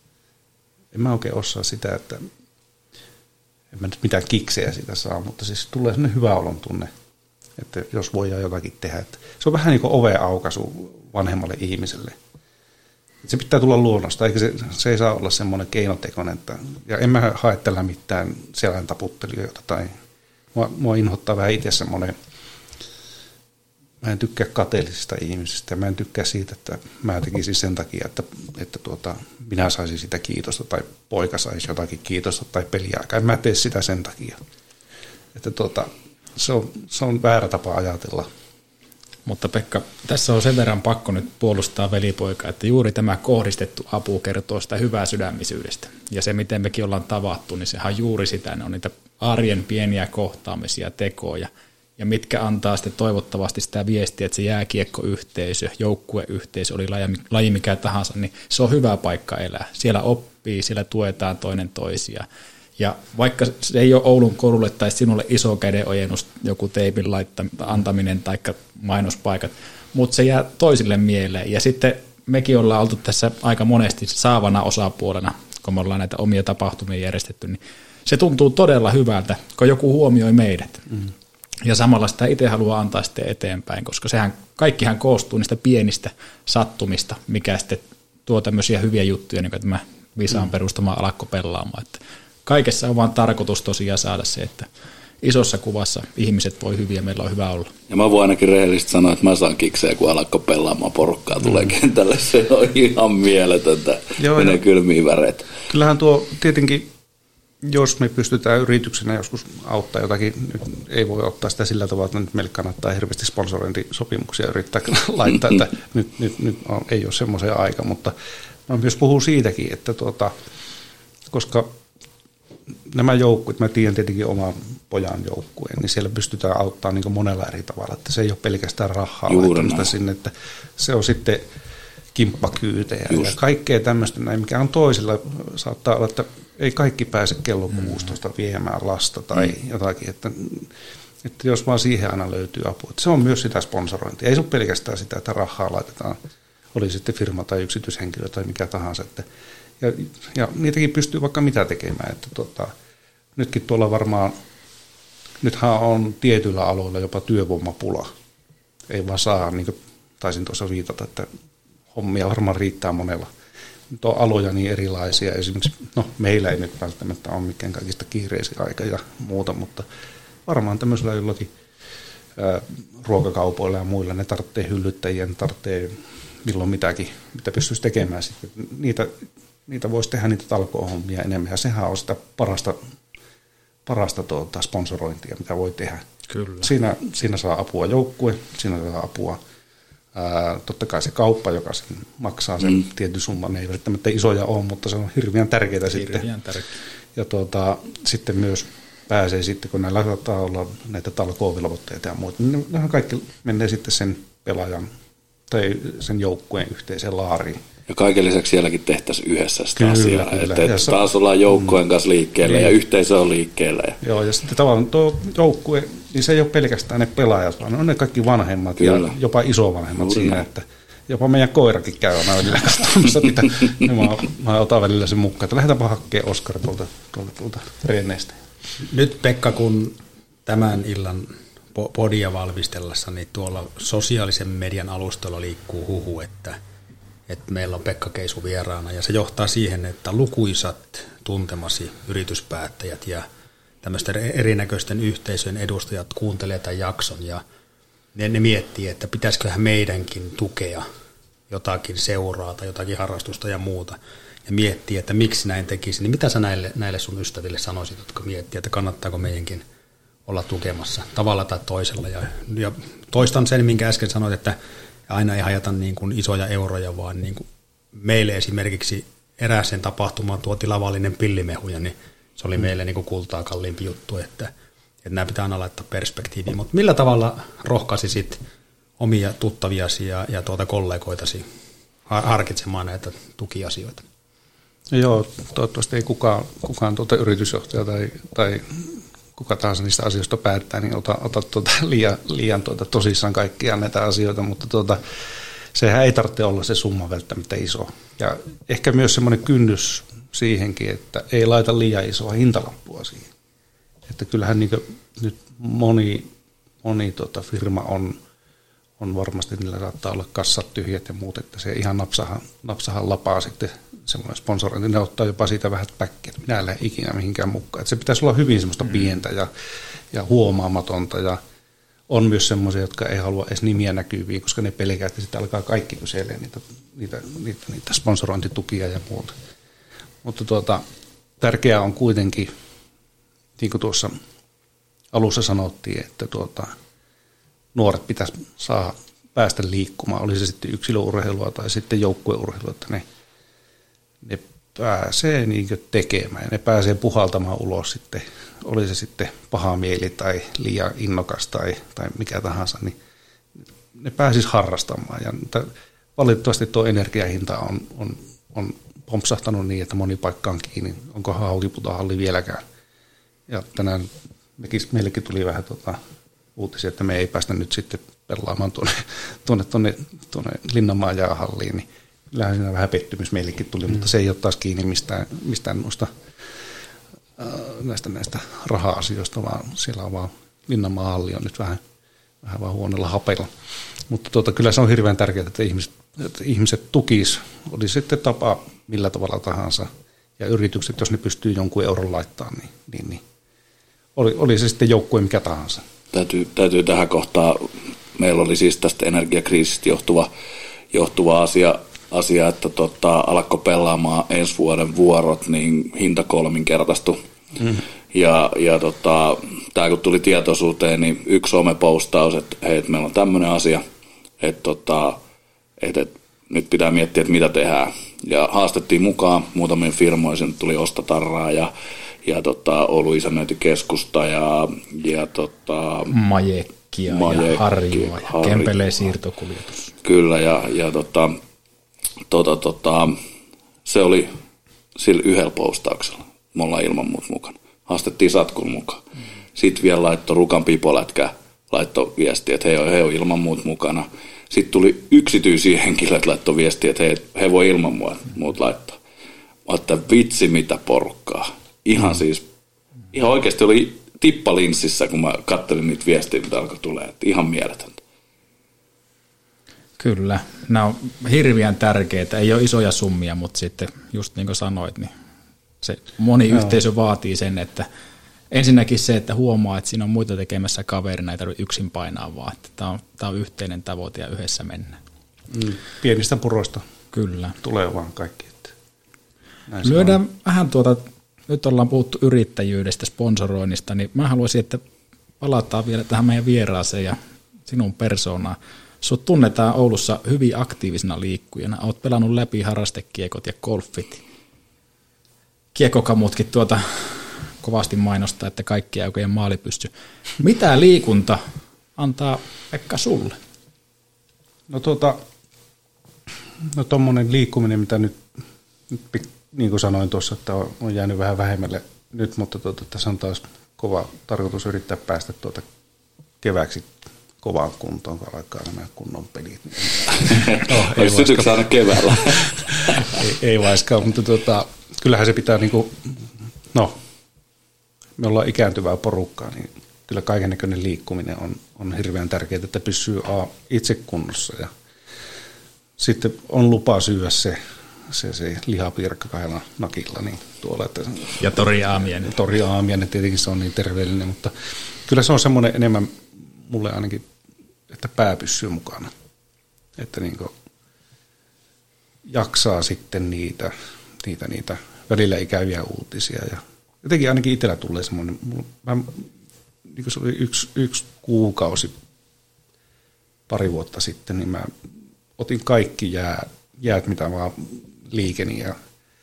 Speaker 8: en mä oikein osaa sitä, että en mä nyt mitään kiksejä siitä saa, mutta siis tulee sellainen hyvä olon tunne, että jos voidaan jotakin tehdä. Että se on vähän niin kuin oven aukaisu vanhemmalle ihmiselle. Se pitää tulla luonnosta, eikä se ei saa olla semmoinen keinotekoinen. Ja en mä hae tällä mitään selän taputtelijoita. Tai mua inhoittaa vähän itse semmoinen, mä en tykkää kateellisista ihmisistä. Mä en tykkää siitä, että mä tekisin sen takia, että minä saisin sitä kiitosta tai poika saisi jotakin kiitosta tai peliaikaa. En mä tee sitä sen takia. Että se on väärä tapa ajatella.
Speaker 2: Mutta Pekka, tässä on sen verran pakko nyt puolustaa velipoikaa, että juuri tämä kohdistettu apu kertoo sitä hyvää sydämisyydestä. Ja se, miten mekin ollaan tavattu, niin sehän on juuri sitä, ne on niitä arjen pieniä kohtaamisia, tekoja, ja mitkä antaa sitten toivottavasti sitä viestiä, että se jääkiekkoyhteisö, joukkueyhteisö, oli laji mikä tahansa, niin se on hyvä paikka elää. Siellä oppii, siellä tuetaan toinen toisia. Ja vaikka se ei ole Oulun Korulle tai sinulle iso kädenojennus, joku teipin antaminen tai mainospaikat, mutta se jää toisille mieleen. Ja sitten mekin ollaan oltu tässä aika monesti saavana osapuolena, kun me ollaan näitä omia tapahtumia järjestetty, niin se tuntuu todella hyvältä, kun joku huomioi meidät. Ja samalla sitä itse haluaa antaa sitten eteenpäin, koska kaikkihan koostuu niistä pienistä sattumista, mikä sitten tuo tämmöisiä hyviä juttuja, niin kuin tämä Visaan perustama Alakko Pellaamoa. Että kaikessa on vaan tarkoitus tosiaan saada se, että isossa kuvassa ihmiset voi hyvin ja meillä on hyvä olla. Ja
Speaker 6: mä voin ainakin rehellisesti sanoa, että mä saan kiksejä, kun Alakko Pellaamoa porukkaa tulee kentälle. Se on ihan mieletöntä. Menee kylmiin väreitä.
Speaker 8: Kyllähän tuo tietenkin, jos me pystytään yrityksenä joskus auttaa jotakin, nyt ei voi ottaa sitä sillä tavalla, että nyt meille kannattaa hirveästi sponsorointisopimuksia yrittää laittaa, että nyt ei ole semmoisen aika, mutta mä myös puhun siitäkin, että koska nämä joukkueet, mä tiedän tietenkin oman pojan joukkueen, niin siellä pystytään auttamaan niin monella eri tavalla, että se ei ole pelkästään rahaa laittamista sinne, että se on sitten kimppakyytejä ja kaikkea tämmöistä näin, mikä on toisella, saattaa olla, että ei kaikki pääse kello 16 viemään lasta tai jotakin, että jos vaan siihen aina löytyy apua. Että se on myös sitä sponsorointia, ei se ole pelkästään sitä, että rahaa laitetaan, oli sitten firma tai yksityishenkilö tai mikä tahansa, että ja niitäkin pystyy vaikka mitä tekemään, että nytkin tuolla varmaan, nythän on tietyillä aloilla jopa työvoimapula, ei vaan saa, niin kuin taisin tuossa viitata, että hommia varmaan riittää monella. Nyt on aloja niin erilaisia, esimerkiksi, meillä ei nyt välttämättä ole mikään kaikista kiireisin aika ja muuta, mutta varmaan tämmöisellä jollakin ruokakaupoilla ja muilla, ne tarvitsee hyllyttäjiä, ne tarvitsee milloin mitäkin, mitä pystyisi tekemään sitten. Niitä voisi tehdä niitä talkoohommia enemmän, ja sehän on sitä parasta sponsorointia, mitä voi tehdä.
Speaker 2: Kyllä.
Speaker 8: Siinä saa apua joukkue, siinä saa apua totta kai se kauppa, joka sen maksaa sen tietyn summan, ne ei välttämättä isoja ole, mutta se on hirveän tärkeää sitten. Ja sitten myös pääsee sitten, kun näillä saattaa olla näitä talkoovelvoitteita ja muuta, niin nehän kaikki menee sitten sen pelaajan tai sen joukkueen yhteiseen laariin.
Speaker 6: Ja kaiken lisäksi sielläkin tehtäisiin yhdessä sitä asiaa, että taas ollaan joukkueen kanssa liikkeellä ja yhteisö on liikkeellä.
Speaker 8: Joo, ja sitten tavallaan tuo joukkue, niin se ei ole pelkästään ne pelaajat, vaan on ne kaikki vanhemmat ja jopa isovanhemmat siinä, että jopa meidän koirakin käy aina välillä katsomassa, mitä mä otan välillä sen mukaan, että lähdetäänpä hakemaan Oskar tuolta treeneistä.
Speaker 7: Nyt Pekka, kun tämän illan podia valmistellessa, niin tuolla sosiaalisen median alustalla liikkuu huhu, että meillä on Pekka Keisu vieraana, ja se johtaa siihen, että lukuisat tuntemasi yrityspäättäjät ja tämmöisten erinäköisten yhteisöjen edustajat kuuntelee tämän jakson, ja ne miettii, että pitäisiköhän meidänkin tukea jotakin seuraa tai jotakin harrastusta ja muuta, ja miettii, että miksi näin tekisi. Niin mitä sä näille sun ystäville sanoisit, jotka miettii, että kannattaako meidänkin olla tukemassa tavalla tai toisella, ja toistan sen, minkä äsken sanoit, että aina ei hajata niin kuin isoja euroja, vaan niin kuin meille esimerkiksi erääseen tapahtumaan tuo tilavallinen pillimehuja, niin se oli meille niin kuin kultaa kalliimpi juttu, että nämä pitää aina laittaa perspektiiviin. Mutta millä tavalla rohkaisisit omia tuttaviasi ja kollegoitasi harkitsemaan näitä tukiasioita?
Speaker 8: Joo, toivottavasti ei kukaan yritysjohtaja tai kuka tahansa niistä asioista päättää, niin ota liian tosissaan kaikkia näitä asioita, mutta sehän ei tarvitse olla se summa välttämättä iso. Ja ehkä myös semmoinen kynnys siihenkin, että ei laita liian isoa hintalappua siihen. Että kyllähän niin nyt moni firma on varmasti, niillä saattaa olla kassat tyhjät ja muut, että se ihan napsahan lapaa sitten semmoinen sponsorointi, ne ottaa jopa siitä vähän päkkiä, että minä en lähde ikinä mihinkään mukaan. Että se pitäisi olla hyvin semmoista pientä ja huomaamatonta, ja on myös semmoisia, jotka ei halua edes nimiä näkyviin, koska ne pelkää, että sitten alkaa kaikki kyselee niitä sponsorointitukia ja muuta. Mutta tärkeää on kuitenkin, niin kuin tuossa alussa sanottiin, että nuoret pitäisi saada päästä liikkumaan, oli se sitten yksilöurheilua tai sitten joukkueurheilua, että ne pääsee niin tekemään ja ne pääsee puhaltamaan ulos sitten, oli se sitten paha mieli tai liian innokas tai mikä tahansa, niin ne pääsisi harrastamaan. Ja valitettavasti tuo energiahinta on pompsahtanut niin, että moni paikka on kiinni, onkohan Haukiputahalli vieläkään. Ja tänään meillekin tuli vähän uutisia, että me ei päästä nyt sitten pelaamaan tuonne Linnanmaan jäähalliin, niin kyllähän siinä vähän pettymys meillekin tuli, mutta se ei ole taas kiinni mistään noista näistä raha-asioista, vaan siellä on vaan Linnanmaan halli on nyt vähän vaan huonolla hapella. Mutta kyllä se on hirveän tärkeää, että ihmiset tukis, oli sitten tapa millä tavalla tahansa. Ja yritykset, jos ne pystyy jonkun euron laittamaan, niin oli se sitten joukkue mikä tahansa.
Speaker 6: Täytyy tähän kohtaan, meillä oli siis tästä energiakriisistä johtuva asia, että alkoi pelaamaan ensi vuoden vuorot, niin hinta kolminkertaistui. Ja tämä kun tuli tietoisuuteen, niin yksi somepostaus, että hei, meillä on tämmöinen asia, että nyt pitää miettiä, että mitä tehdään. Ja haastettiin mukaan muutamiin firmoihin, sinne tuli Ostotarraa ja Oulun isännöintikeskusta ja
Speaker 2: Majekkia ja Harjua ja Kempeleen siirtokuljetus.
Speaker 6: Kyllä, ja se oli sillä yhdellä postauksella. Me ollaan ilman muut mukana. Haastettiin Satkun mukaan. Sitten vielä laittoi Rukan Pipolätkä, laittoi viestiä, että he on ilman muut mukana. Sitten tuli yksityisiä henkilöitä, laittoi viestiä, että he voi ilman muut laittaa. Mutta vitsi mitä porukkaa. Ihan oikeasti oli tippa linssissä, kun mä katselin niitä viestiä, mitä alkoi tulee. Että ihan mieletöntä.
Speaker 2: Kyllä. Nämä on hirveän tärkeitä. Ei ole isoja summia, mutta sitten just niin kuin sanoit, niin se moni yhteisö vaatii sen, että ensinnäkin se, että huomaa, että siinä on muita tekemässä kaverina, ei tarvitse yksin painaa, vaan että tämä on yhteinen tavoite ja yhdessä mennään.
Speaker 8: Pienistä puroista
Speaker 2: kyllä
Speaker 8: tulee vaan kaikki.
Speaker 2: Lyödään vähän nyt ollaan puhuttu yrittäjyydestä, sponsoroinnista, niin mä haluaisin, että palataan vielä tähän meidän vieraaseen ja sinun persoonaan. Sut tunnetaan Oulussa hyvin aktiivisena liikkujana. Olet pelannut läpi harrastekiekot ja golfit. Kiekkokamutkin kovasti mainostaa, että kaikki ei maali pysty. Mitä liikunta antaa Pekka sulle?
Speaker 8: No tommonen liikkuminen, mitä nyt niin kuin sanoin tuossa, että on jäänyt vähän vähemmälle nyt, mutta tässä on taas kova tarkoitus yrittää päästä kevääksi kovaan kuntoon, kun alkaa nämä kunnon pelit.
Speaker 6: Olisi sytyksi aina keväällä.
Speaker 8: ei vaiskaan, mutta kyllähän se pitää me ollaan ikääntyvää porukkaa, niin kyllä kaikennäköinen liikkuminen on hirveän tärkeää, että pysyy itse kunnossa ja sitten on lupa syödä se lihapiirakka kahdella nakilla niin tuolla. Että
Speaker 2: ja toriaamiainen.
Speaker 8: Toriaamiainen, tietenkin se on niin terveellinen, mutta kyllä se on semmoinen enemmän mulle ainakin, että pää pysyy mukana. Että jaksaa sitten niitä välillä ikäviä uutisia. Ja jotenkin ainakin itsellä tulee semmoinen, niin kuin se oli yksi kuukausi pari vuotta sitten, niin mä otin kaikki jäät mitä vaan liikeni ja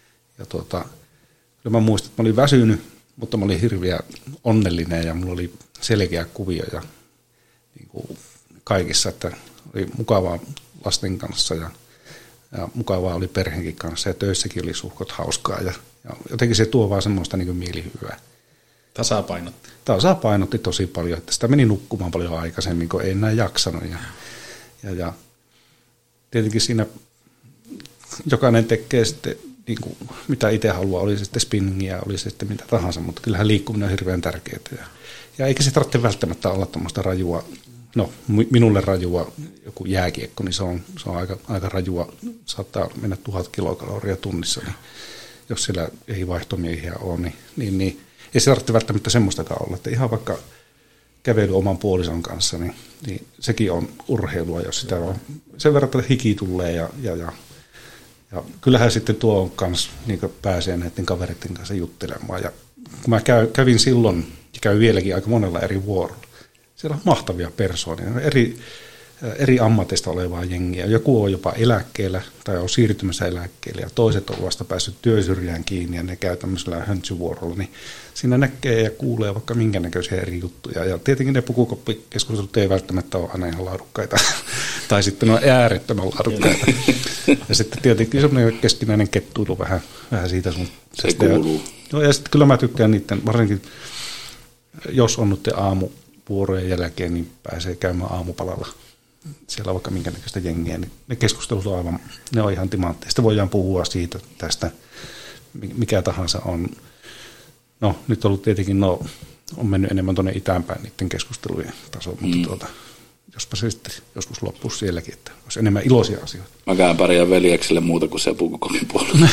Speaker 8: mä muistan, että mä olin väsynyt, mutta mä olin hirveän onnellinen ja mulla oli selkeä kuvio ja niin kuin kaikissa, että oli mukavaa lasten kanssa ja mukavaa oli perheenkin kanssa ja töissäkin oli suhkot hauskaa ja jotenkin se tuo vaan semmoista niin kuin mielihyvää. Tasapainotti tosi paljon, että sitä meni nukkumaan paljon aikaisemmin, kun ei enää jaksanut ja tietenkin siinä jokainen tekee sitten niin kuin, mitä itse haluaa, oli se sitten spinningiä, oli se sitten mitä tahansa, mutta kyllähän liikkuminen on hirveän tärkeää. Ja eikä se tarvitse välttämättä olla tuommoista rajua, minulle rajua joku jääkiekko, niin se on aika rajua, saattaa mennä 1000 kilokaloria tunnissa, niin jos siellä ei vaihtomiehiä ole, niin ei se tarvitse välttämättä semmoistakaan olla, että ihan vaikka kävely oman puolison kanssa, niin sekin on urheilua, jos sitä on sen verran, että hiki tulee ja kyllähän sitten tuo on kans, niin pääsee näiden kavereiden kanssa juttelemaan. Ja kun mä kävin silloin ja käyn vieläkin aika monella eri vuorolla, siellä on mahtavia persoonia, eri ammateista olevaa jengiä. Joku on jopa eläkkeellä tai on siirtymässä eläkkeelle ja toiset on vasta päässyt työsyrjään kiinni ja ne käy tämmöisellä höntsyvuorolla. Niin siinä näkee ja kuulee vaikka minkä näköisiä eri juttuja. Ja tietenkin ne pukukoppikeskustelut ei välttämättä ole aina ihan laadukkaita tai sitten on äärettömän laadukkaita. Ja sitten tietenkin semmoinen keskinäinen kettuilu vähän siitä sun.
Speaker 6: Se kuuluu.
Speaker 8: Ja sitten kyllä mä tykkään niiden, varsinkin jos on nyt aamuvuorojen jälkeen, niin pääsee käymään aamupalalla. Siellä on vaikka minkä näköistä jengiä, niin ne keskustelut on aivan, ne on ihan timantteja. Sitten voidaan puhua siitä tästä, mikä tahansa on No nyt on ollut tietenkin, on mennyt enemmän tuonne itäänpäin niiden keskustelujen tasoon, mutta jospa se sitten joskus loppuisi sielläkin, että olisi enemmän iloisia asioita.
Speaker 6: Mäkään pärjään veljekselle muuta kuin se pukukokin puolella.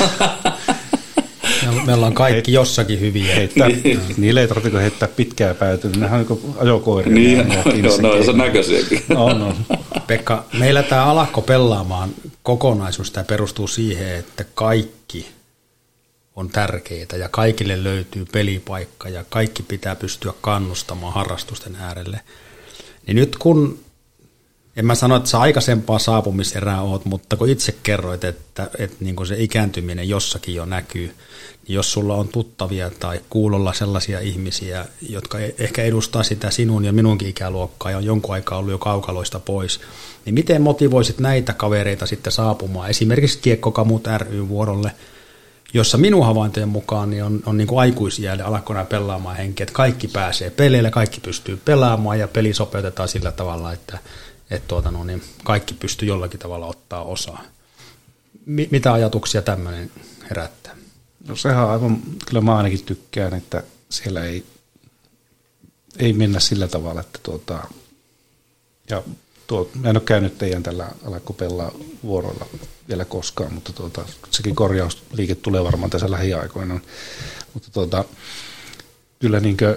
Speaker 7: Me ollaan kaikki jossakin hyviä.
Speaker 8: Niille ei tarvitse heittää pitkää päätyä, nehän on niin ajokoiria.
Speaker 6: Niin, se on näköisiäkin.
Speaker 8: No.
Speaker 7: Pekka, meillä tämä Alakko Pelaamaan kokonaisuus tämä perustuu siihen, että kaikki on tärkeää ja kaikille löytyy pelipaikka ja kaikki pitää pystyä kannustamaan harrastusten äärelle. Niin nyt kun, en mä sano, että sä aikaisempaa saapumiserää oot, mutta kun itse kerroit, että niin kun se ikääntyminen jossakin jo näkyy, niin jos sulla on tuttavia tai kuulolla sellaisia ihmisiä, jotka ehkä edustaa sitä sinun ja minunkin ikäluokkaa ja on jonkun aikaa ollut jo kaukaloista pois, niin miten motivoisit näitä kavereita sitten saapumaan esimerkiksi Kiekkokamut ry-vuorolle, jossa minun havaintojen mukaan niin on niin kuin aikuisiälle Alakkona pelaamaan henki, että kaikki pääsee peleille, kaikki pystyy pelaamaan ja peli sopeutetaan sillä tavalla, että niin kaikki pystyy jollakin tavalla ottaa osaa. Mitä ajatuksia tämmöinen herättää?
Speaker 8: No sehän on aivan, kyllä mä ainakin tykkään, että siellä ei mennä sillä tavalla, että mä en ole käynyt teidän tällä Alakko Pelaa vuoroilla vielä koskaan, mutta sekin korjausliike tulee varmaan tässä lähiaikoina. Mutta kyllä niinkö,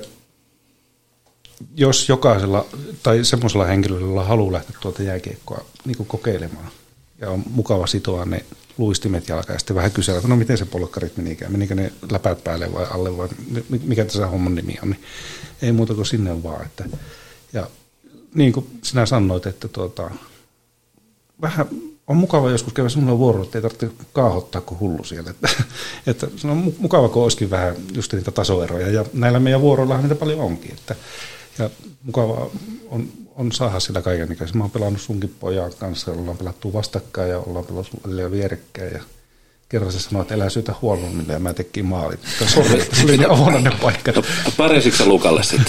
Speaker 8: jos jokaisella tai semmoisella henkilöllä haluaa lähteä jääkiekkoa niin kokeilemaan ja on mukava sitoa ne luistimet jalkaan ja sitten vähän kysellä, että no miten se polkkarit menikään, menikö ne läpät päälle vai alle vai mikä tässä homman nimi on, niin ei muuta kuin sinne vaan. Ja niin kuin sinä sanoit, että vähän on mukava joskus käydä semmoinen vuoro, että ei tarvitse kaahottaa kuin hullu siellä. Että se on mukava, kun olisikin vähän just niitä tasoeroja. Ja näillä meidän vuoroillahan niitä paljon onkin. Ja mukava on saada sillä kaikenikäisen. Mä oon pelannut sunkin pojan kanssa, ollaan pelattu vastakkain ja ollaan pelattu vierekkäin. Ja kerran se sanoi, että älä syytä huolonnille ja mä tekin maalin. Sori, että se oli ne ohonainen paikka.
Speaker 6: Pärjäsitkö sä Lukalle sitten?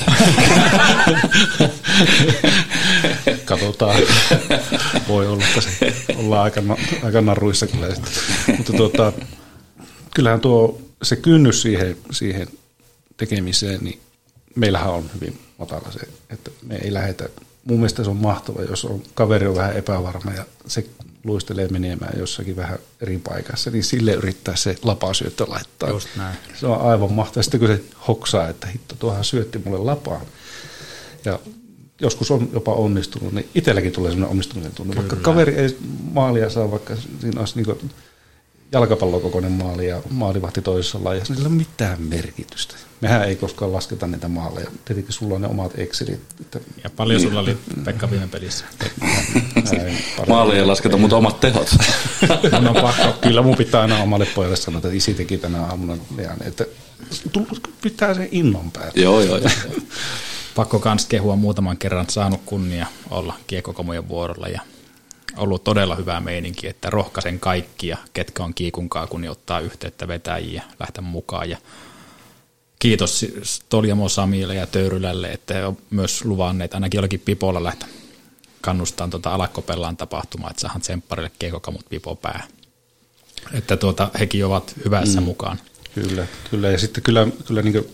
Speaker 8: Katsotaan. Voi olla, että se ollaan aika naruissa kyllä. Mutta kyllähän se kynnys siihen tekemiseen, niin meillähän on hyvin matala se, että me ei lähetä. Mun mielestä se on mahtava, jos kaveri on vähän epävarma ja se luistelee menemään jossakin vähän eri paikassa, niin sille yrittää se lapasyöttö laittaa.
Speaker 7: Just näin.
Speaker 8: Se on aivan mahtavaa. Sitten kun se hoksaa, että hitto, tuohan syötti mulle lapaan. Ja joskus on jopa onnistunut, niin itselläkin tulee sellainen onnistumisen tunne. Vaikka kaveri ei maalia saa, vaikka siinä olisi niin jalkapallokokoinen maali ja maalivahti toisessa lajassa, niin sillä ei ole mitään merkitystä. Mehän ei koskaan lasketa niitä maaleja. Tietenkin sulla on ne omat Excelit.
Speaker 2: Ja paljon sulla oli Pekka viime pelissä.
Speaker 6: Maaleja ei lasketa, mutta omat tehot.
Speaker 8: No pakko. Kyllä mun pitää aina omalle pojalle sanoa, että isi teki tänä aamuna. Että pitää sen innon päälle.
Speaker 6: Joo.
Speaker 2: Pakko kans kehua muutaman kerran saanut kunnia olla Kiekkokamujen vuorolla ja ollut todella hyvää meininki, että rohkaisen kaikkia, ketkä on kiikunkaa, kun ottaa yhteyttä vetäjiä, lähteä mukaan. Ja kiitos Toljamo Samille ja Töyrylälle, että he on myös luvanneet ainakin jollakin pipolla lähteä kannustaan Alakko Pelaan tapahtumaan, että saadaan tsempparille Kiekkokamut pipo pää. Että hekin ovat hyvässä mukaan.
Speaker 8: Kyllä. Ja sitten kyllä niin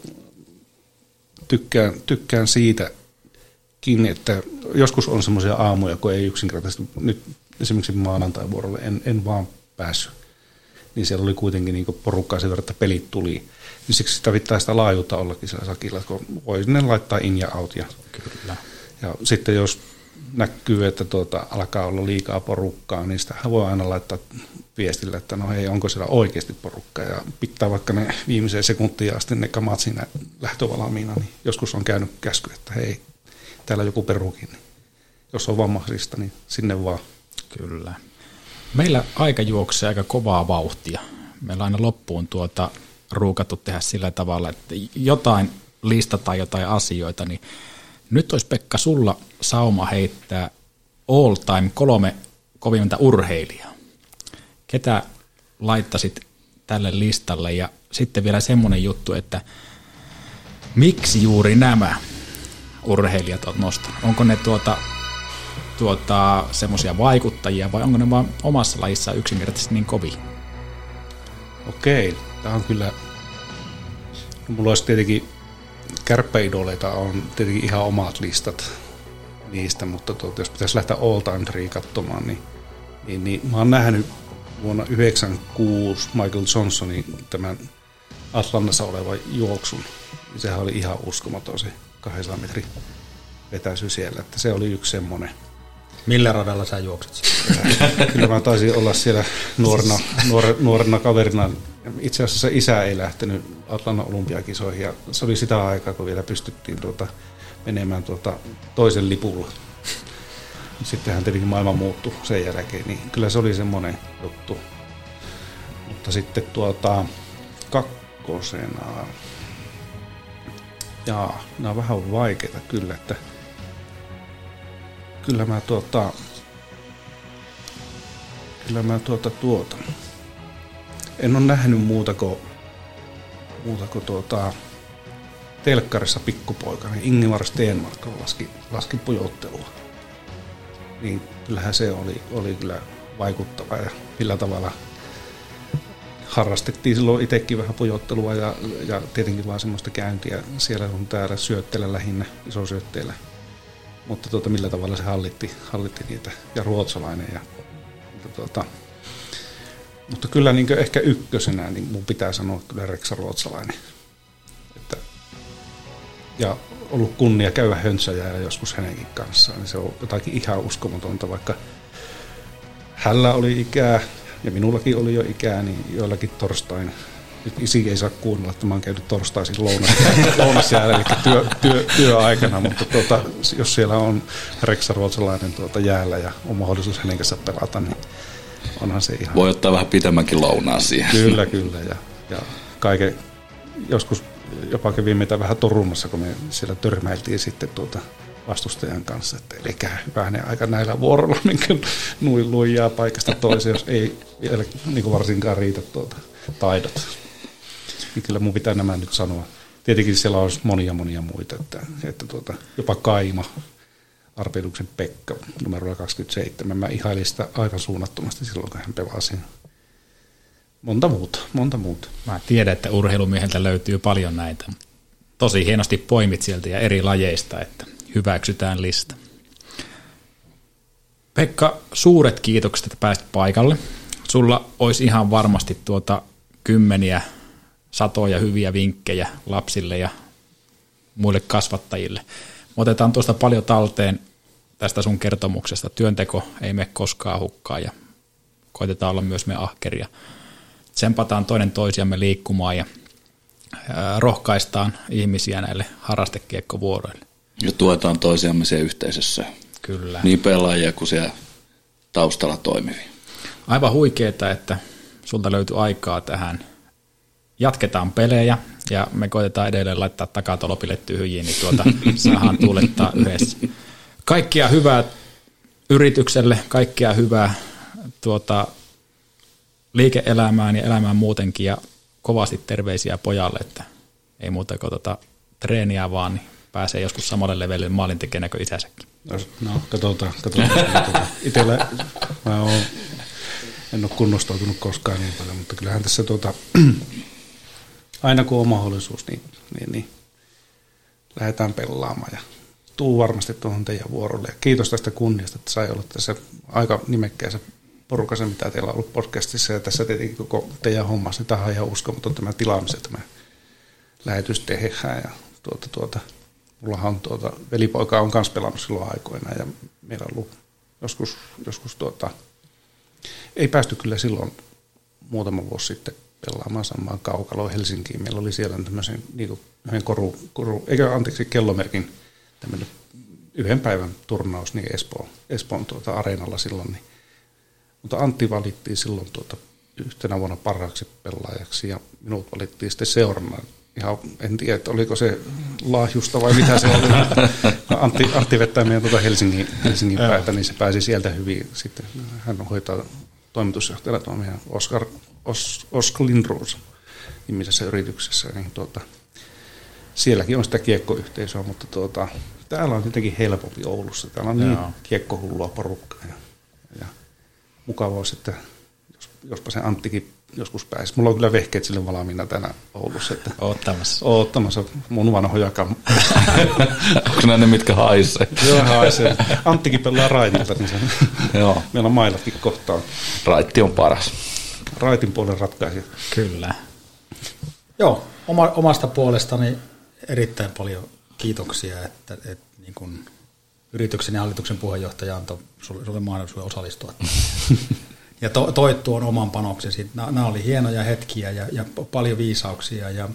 Speaker 8: tykkään siitäkin, että joskus on semmoisia aamuja, kun ei yksinkertaisesti, nyt esimerkiksi maanantai-vuorolle en vaan päässyt, niin siellä oli kuitenkin niin porukkaa sen verran, että pelit tuli. Niin siksi sitä pitää sitä laajuutta ollakin siellä sakilla, kun voi ne laittaa in ja out.
Speaker 2: Kyllä.
Speaker 8: Ja sitten jos näkyy, että alkaa olla liikaa porukkaa, niin sitä voi aina laittaa viestillä, että no hei, onko siellä oikeasti porukkaa. Ja pitää vaikka ne viimeiseen sekuntiin asti ne kamat siinä lähtövalmiina, niin joskus on käynyt käsky, että hei, täällä joku perukin. Niin jos on vammaisista, niin sinne vaan.
Speaker 2: Kyllä. Meillä aika juoksee aika kovaa vauhtia. Meillä aina loppuun ruukattu tehdä sillä tavalla, että jotain listataan jotain asioita, niin nyt olisi Pekka sulla sauma heittää all time 3 kovinta urheilijaa. Ketä laittaisit tälle listalle ja sitten vielä semmoinen juttu, että miksi juuri nämä urheilijat olet nostanut? Onko ne semmoisia vaikuttajia vai onko ne vaan omassa lajissa yksinkertaisesti niin kovia?
Speaker 8: Okei, tämä on kyllä Mulla olisi tietenkin kärppäidoleita on tietenkin ihan omat listat niistä, mutta jos pitäisi lähteä all time tree katsomaan, niin mä oon nähnyt vuonna 1996 Michael Johnsonin tämän Atlantassa olevan juoksun. Sehän oli ihan uskomaton se 200 metrin vetäisy siellä, että se oli yksi semmoinen.
Speaker 7: Millä radalla sä juoksit?
Speaker 8: Kyllä mä taisin olla siellä nuorena kaverina. Itse asiassa isä ei lähtenyt Atlantan olympiakisoihin ja se oli sitä aikaa, kun vielä pystyttiin menemään toisen lipulla. Sittenhän tietenkin maailma muuttui sen jälkeen, niin kyllä se oli semmoinen juttu. Mutta sitten kakkosena, nämä on vähän vaikeita kyllä, että kyllä mä en ole nähnyt muuta kuin telkkarissa pikkupoikana, niin Ingemar Stenmark laski pujottelua. Niin kyllähän se oli kyllä vaikuttava ja millä tavalla harrastettiin silloin itsekin vähän pujottelua ja tietenkin vaan semmoista käyntiä siellä on täällä syötteellä lähinnä, isosyötteellä. Mutta millä tavalla se hallitti niitä ja ruotsalainen. Mutta kyllä niin ehkä ykkösenä niin mun pitää sanoa kyllä Reksa Ruotsalainen. Ja ollut kunnia käydä höntsäjää joskus hänenkin kanssaan. Niin se on jotakin ihan uskomatonta, vaikka hänellä oli ikää ja minullakin oli jo ikää, niin joillakin torstain. Nyt isi ei saa kuunnella, että mä oon käynyt torstaisin lounasjäällä, eli työaikana, mutta jos siellä on Reksa Ruotsalainen jäällä ja on mahdollisuus hänen kanssa pelata, niin onhan se ihan...
Speaker 6: Voi ottaa vähän pitemmänkin lounaa siihen.
Speaker 8: Kyllä. Ja kaiken, joskus jopa kävi meitä vähän torumassa, kun me siellä törmäiltiin sitten vastustajan kanssa, että eli hyvänen aika näillä vuorolla niin luijaa paikasta toiseen, jos ei vielä niin varsinkaan riitä taidot. Niin kyllä mun pitää nämä nyt sanoa. Tietenkin siellä olisi monia muita, että jopa Kaima, Arpeduksen Pekka, numero 27. Mä ihailin sitä aivan suunnattomasti silloin, kun hän pelasi. Monta muuta.
Speaker 2: Mä tiedän, että urheilumieheltä löytyy paljon näitä. Tosi hienosti poimit sieltä ja eri lajeista, että hyväksytään lista. Pekka, suuret kiitokset, että pääsit paikalle. Sulla olisi ihan varmasti kymmeniä, satoja hyviä vinkkejä lapsille ja muille kasvattajille. Me otetaan tuosta paljon talteen tästä sun kertomuksesta. Työnteko ei mene koskaan hukkaan ja koitetaan olla myös me ahkeria. Tsempataan toinen toisiamme liikkumaan ja rohkaistaan ihmisiä näille harrastekiekkovuoroille.
Speaker 6: Ja tuetaan toisiamme siellä yhteisössä.
Speaker 2: Kyllä.
Speaker 6: Niin pelaajia kuin siellä taustalla toimivia.
Speaker 2: Aivan huikeeta, että sulta löytyi aikaa tähän. Jatketaan pelejä ja me koitetaan edelleen laittaa takatolpille tyhjiin, niin saadaan tuulettaa yhdessä. Kaikkia hyvää yritykselle, kaikkia hyvää liike-elämään ja elämään muutenkin ja kovasti terveisiä pojalle, että ei muuta kuin treeniä vaan, niin pääsee joskus samalle levelille maalintekijänä kuin isäsäkin.
Speaker 8: No, katsotaan. Itsellä en ole kunnostautunut koskaan niin paljon, mutta kyllähän tässä aina kun on mahdollisuus, niin lähdetään pelaamaan ja tuu varmasti tuohon teidän vuorolle. Ja kiitos tästä kunniasta, että sai olla tässä aika nimekkäässä porukassa, mitä teillä on ollut podcastissa ja tässä tietenkin koko teidän hommassa, niin tämä on ihan uskomaton tämä tilaamisen, että me lähetys tehdään ja mullahan velipoika on kanssa pelannut silloin aikoina ja meillä on ollut joskus ei päästy kyllä silloin muutama vuosi sitten pelaamaan samaan kaukaloon Helsinkiin. Meillä oli siellä tämmöisen yhden kellomerkin tämmöinen yhden päivän turnaus niin Espoon areenalla silloin. Niin. Mutta Antti valittiin silloin yhtenä vuonna parhaaksi pelaajaksi ja minut valittiin sitten seurana. Ihan en tiedä, että oliko se lahjusta vai mitä se oli. Antti vettää meidän Helsingin päätä, niin se pääsi sieltä hyvin. Sitten hän hoitaa toimitusjohtajana tuon meidän Oskar Lindroos nimisessä yrityksessä. Niin sielläkin on sitä kiekkoyhteisöä, mutta täällä on jotenkin helpompi Oulussa. Täällä on niin kiekkohullua porukkaa ja mukavaa olisi, että jospa se Anttikin joskus pääsi. Mulla on kyllä vehkeet sille valmiina tänään Oulussa. Että
Speaker 2: Oottamassa.
Speaker 8: Mun vanhoja
Speaker 6: Onko ne mitkä haisee?
Speaker 8: Joo, haisee. Anttikin pelaa raitilta, niin joo. Meillä on mailatkin kohtaan.
Speaker 6: Raitti on paras.
Speaker 8: Raitin puolen ratkaisija.
Speaker 2: Kyllä.
Speaker 7: Joo, omasta puolestani erittäin paljon kiitoksia, että niin kun yrityksen ja hallituksen puheenjohtaja antoi sulle mahdollisuuden osallistua. Ja toi tuon oman panoksesi. Nämä oli hienoja hetkiä ja paljon viisauksia ja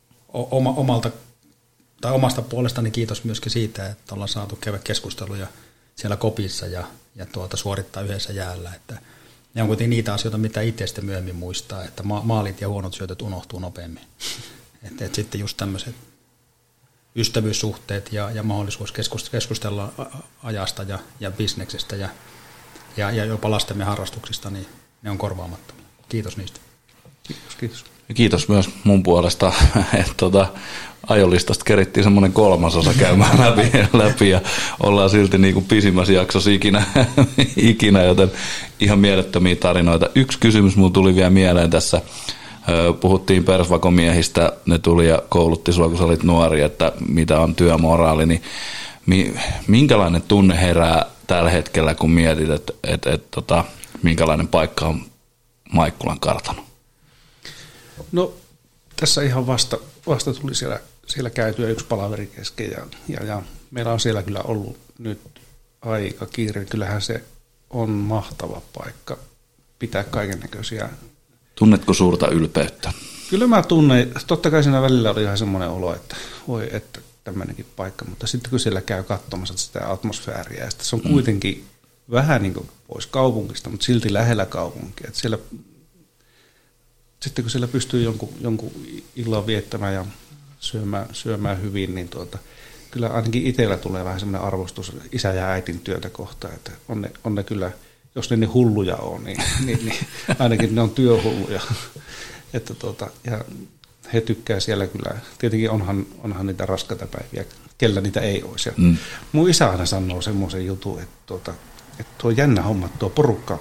Speaker 7: omasta puolestani kiitos myöskin siitä, että ollaan saatu käydä keskusteluja siellä kopissa ja suorittaa yhdessä jäällä. Että ne on kuitenkin niitä asioita, mitä itse sitten myöhemmin muistaa, että maalit ja huonot syötöt unohtuu nopeammin. Että sitten just tämmöiset ystävyyssuhteet ja mahdollisuus keskustella ajasta ja bisneksestä ja jopa lastemme harrastuksista, niin ne on korvaamattomia. Kiitos niistä.
Speaker 8: Kiitos.
Speaker 6: Ja kiitos myös mun puolesta, että ajolistasta kerittiin semmoinen 3/3 käymään läpi ja ollaan silti niin kuin pisimmässä jaksossa ikinä, joten ihan mielettömiä tarinoita. Yksi kysymys mun tuli vielä mieleen tässä. Puhuttiin persvakomiehistä, ne tuli ja koulutti sua, kun sä olit nuori, että mitä on työmoraali, niin minkälainen tunne herää tällä hetkellä, kun mietit, että minkälainen paikka on Maikkulan kartano?
Speaker 8: No tässä ihan vasta tuli siellä käytyä yksi palaveri kesken ja meillä on siellä kyllä ollut nyt aika kiire. Kyllähän se on mahtava paikka pitää kaikennäköisiä.
Speaker 6: Tunnetko suurta ylpeyttä?
Speaker 8: Kyllä mä tunnen. Totta kai siinä välillä oli ihan semmoinen olo, että voi että tämmöinenkin paikka, mutta sitten kun siellä käy katsomassa sitä atmosfääriä ja se on kuitenkin vähän niin kuin pois kaupungista, mutta silti lähellä kaupunkia. Että siellä, sitten kun siellä pystyy jonkun illan viettämään ja syömään hyvin, niin kyllä ainakin itsellä tulee vähän semmoinen arvostus isä ja äitin työtä kohtaan, että on ne kyllä, jos ne niin hulluja on, niin ainakin ne on työhulluja. Että ja he tykkää siellä kyllä. Tietenkin onhan niitä raskaita päiviä, kellä niitä ei olisi. Mun isä aina sanoo semmoisen jutun, että tuo jännä homma, tuo porukka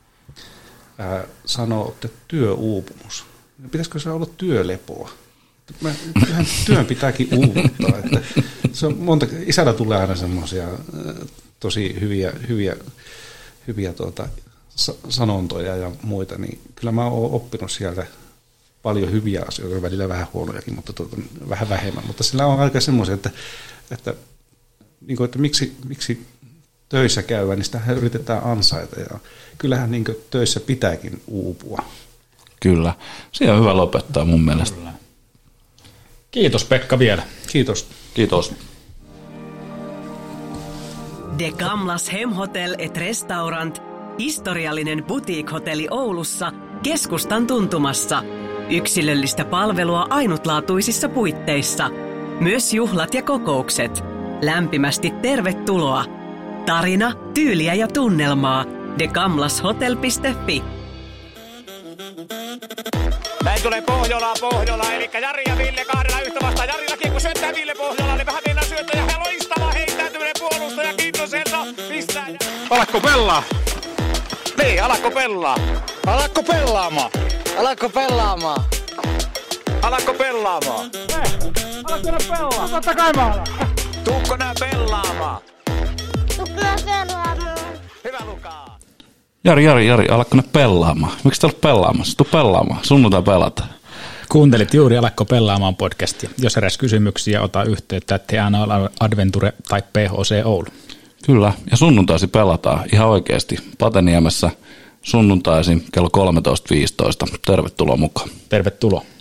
Speaker 8: sanoo, että työuupumus. Pitäisikö se olla työlepoa? Kyllähän työn pitääkin uuvuttaa. Että se on isällä tulee aina semmoisia tosi hyviä sanontoja ja muita, niin kyllä mä oon oppinut sieltä paljon hyviä asioita, välillä vähän huonojakin, mutta vähän vähemmän. Mutta sillä on aika semmoisia, että miksi töissä käydään, niin sitä yritetään ansaita. Ja kyllähän niin töissä pitääkin uupua.
Speaker 6: Kyllä. Siinä on hyvä lopettaa mun mielestä. Kyllä.
Speaker 2: Kiitos Pekka vielä.
Speaker 8: Kiitos.
Speaker 6: Kiitos.
Speaker 5: De Gamlas Hemhotel et Restaurant, historiallinen boutique-hotelli Oulussa, keskustan tuntumassa. Yksilöllistä palvelua ainutlaatuisissa puitteissa. Myös juhlat ja kokoukset. Lämpimästi tervetuloa. Tarina, tyyliä ja tunnelmaa. degamlashotel.fi.
Speaker 1: Näin tulee Pohjola, eli Jari ja Ville kahdella yhtä vastaan. Jarilla kiekko syöttää Ville Pohjolalle, vähän mennään syöttää ja loistava heittäytyminen puolustaja Kintoselta pistää.
Speaker 3: Alakko pelaa?
Speaker 1: Niin, alakko pelaa?
Speaker 3: Alakko pelaamaan? Alakko pelaamaan?
Speaker 1: Alakko pelaamaan?
Speaker 3: Alakko nää pelaa? Totta kai mä alan.
Speaker 1: Tuukko nää pelaamaan?
Speaker 4: Tuukko nää pelaamaan?
Speaker 1: Hyvä Lukaa.
Speaker 6: Jari, alakko ne pelaamaan? Miksi te olet pelaamassa? Tuu pelaamaan. Sunnuntai pelata.
Speaker 2: Kuuntelit juuri Alakko pelaamaan podcastia. Jos heräs kysymyksiä, ota yhteyttä TNL Adventure tai PHC Oulu.
Speaker 6: Kyllä, ja sunnuntaisi pelataan ihan oikeasti Pateniemessä sunnuntaisin kello 13.15. Tervetuloa mukaan.
Speaker 2: Tervetuloa.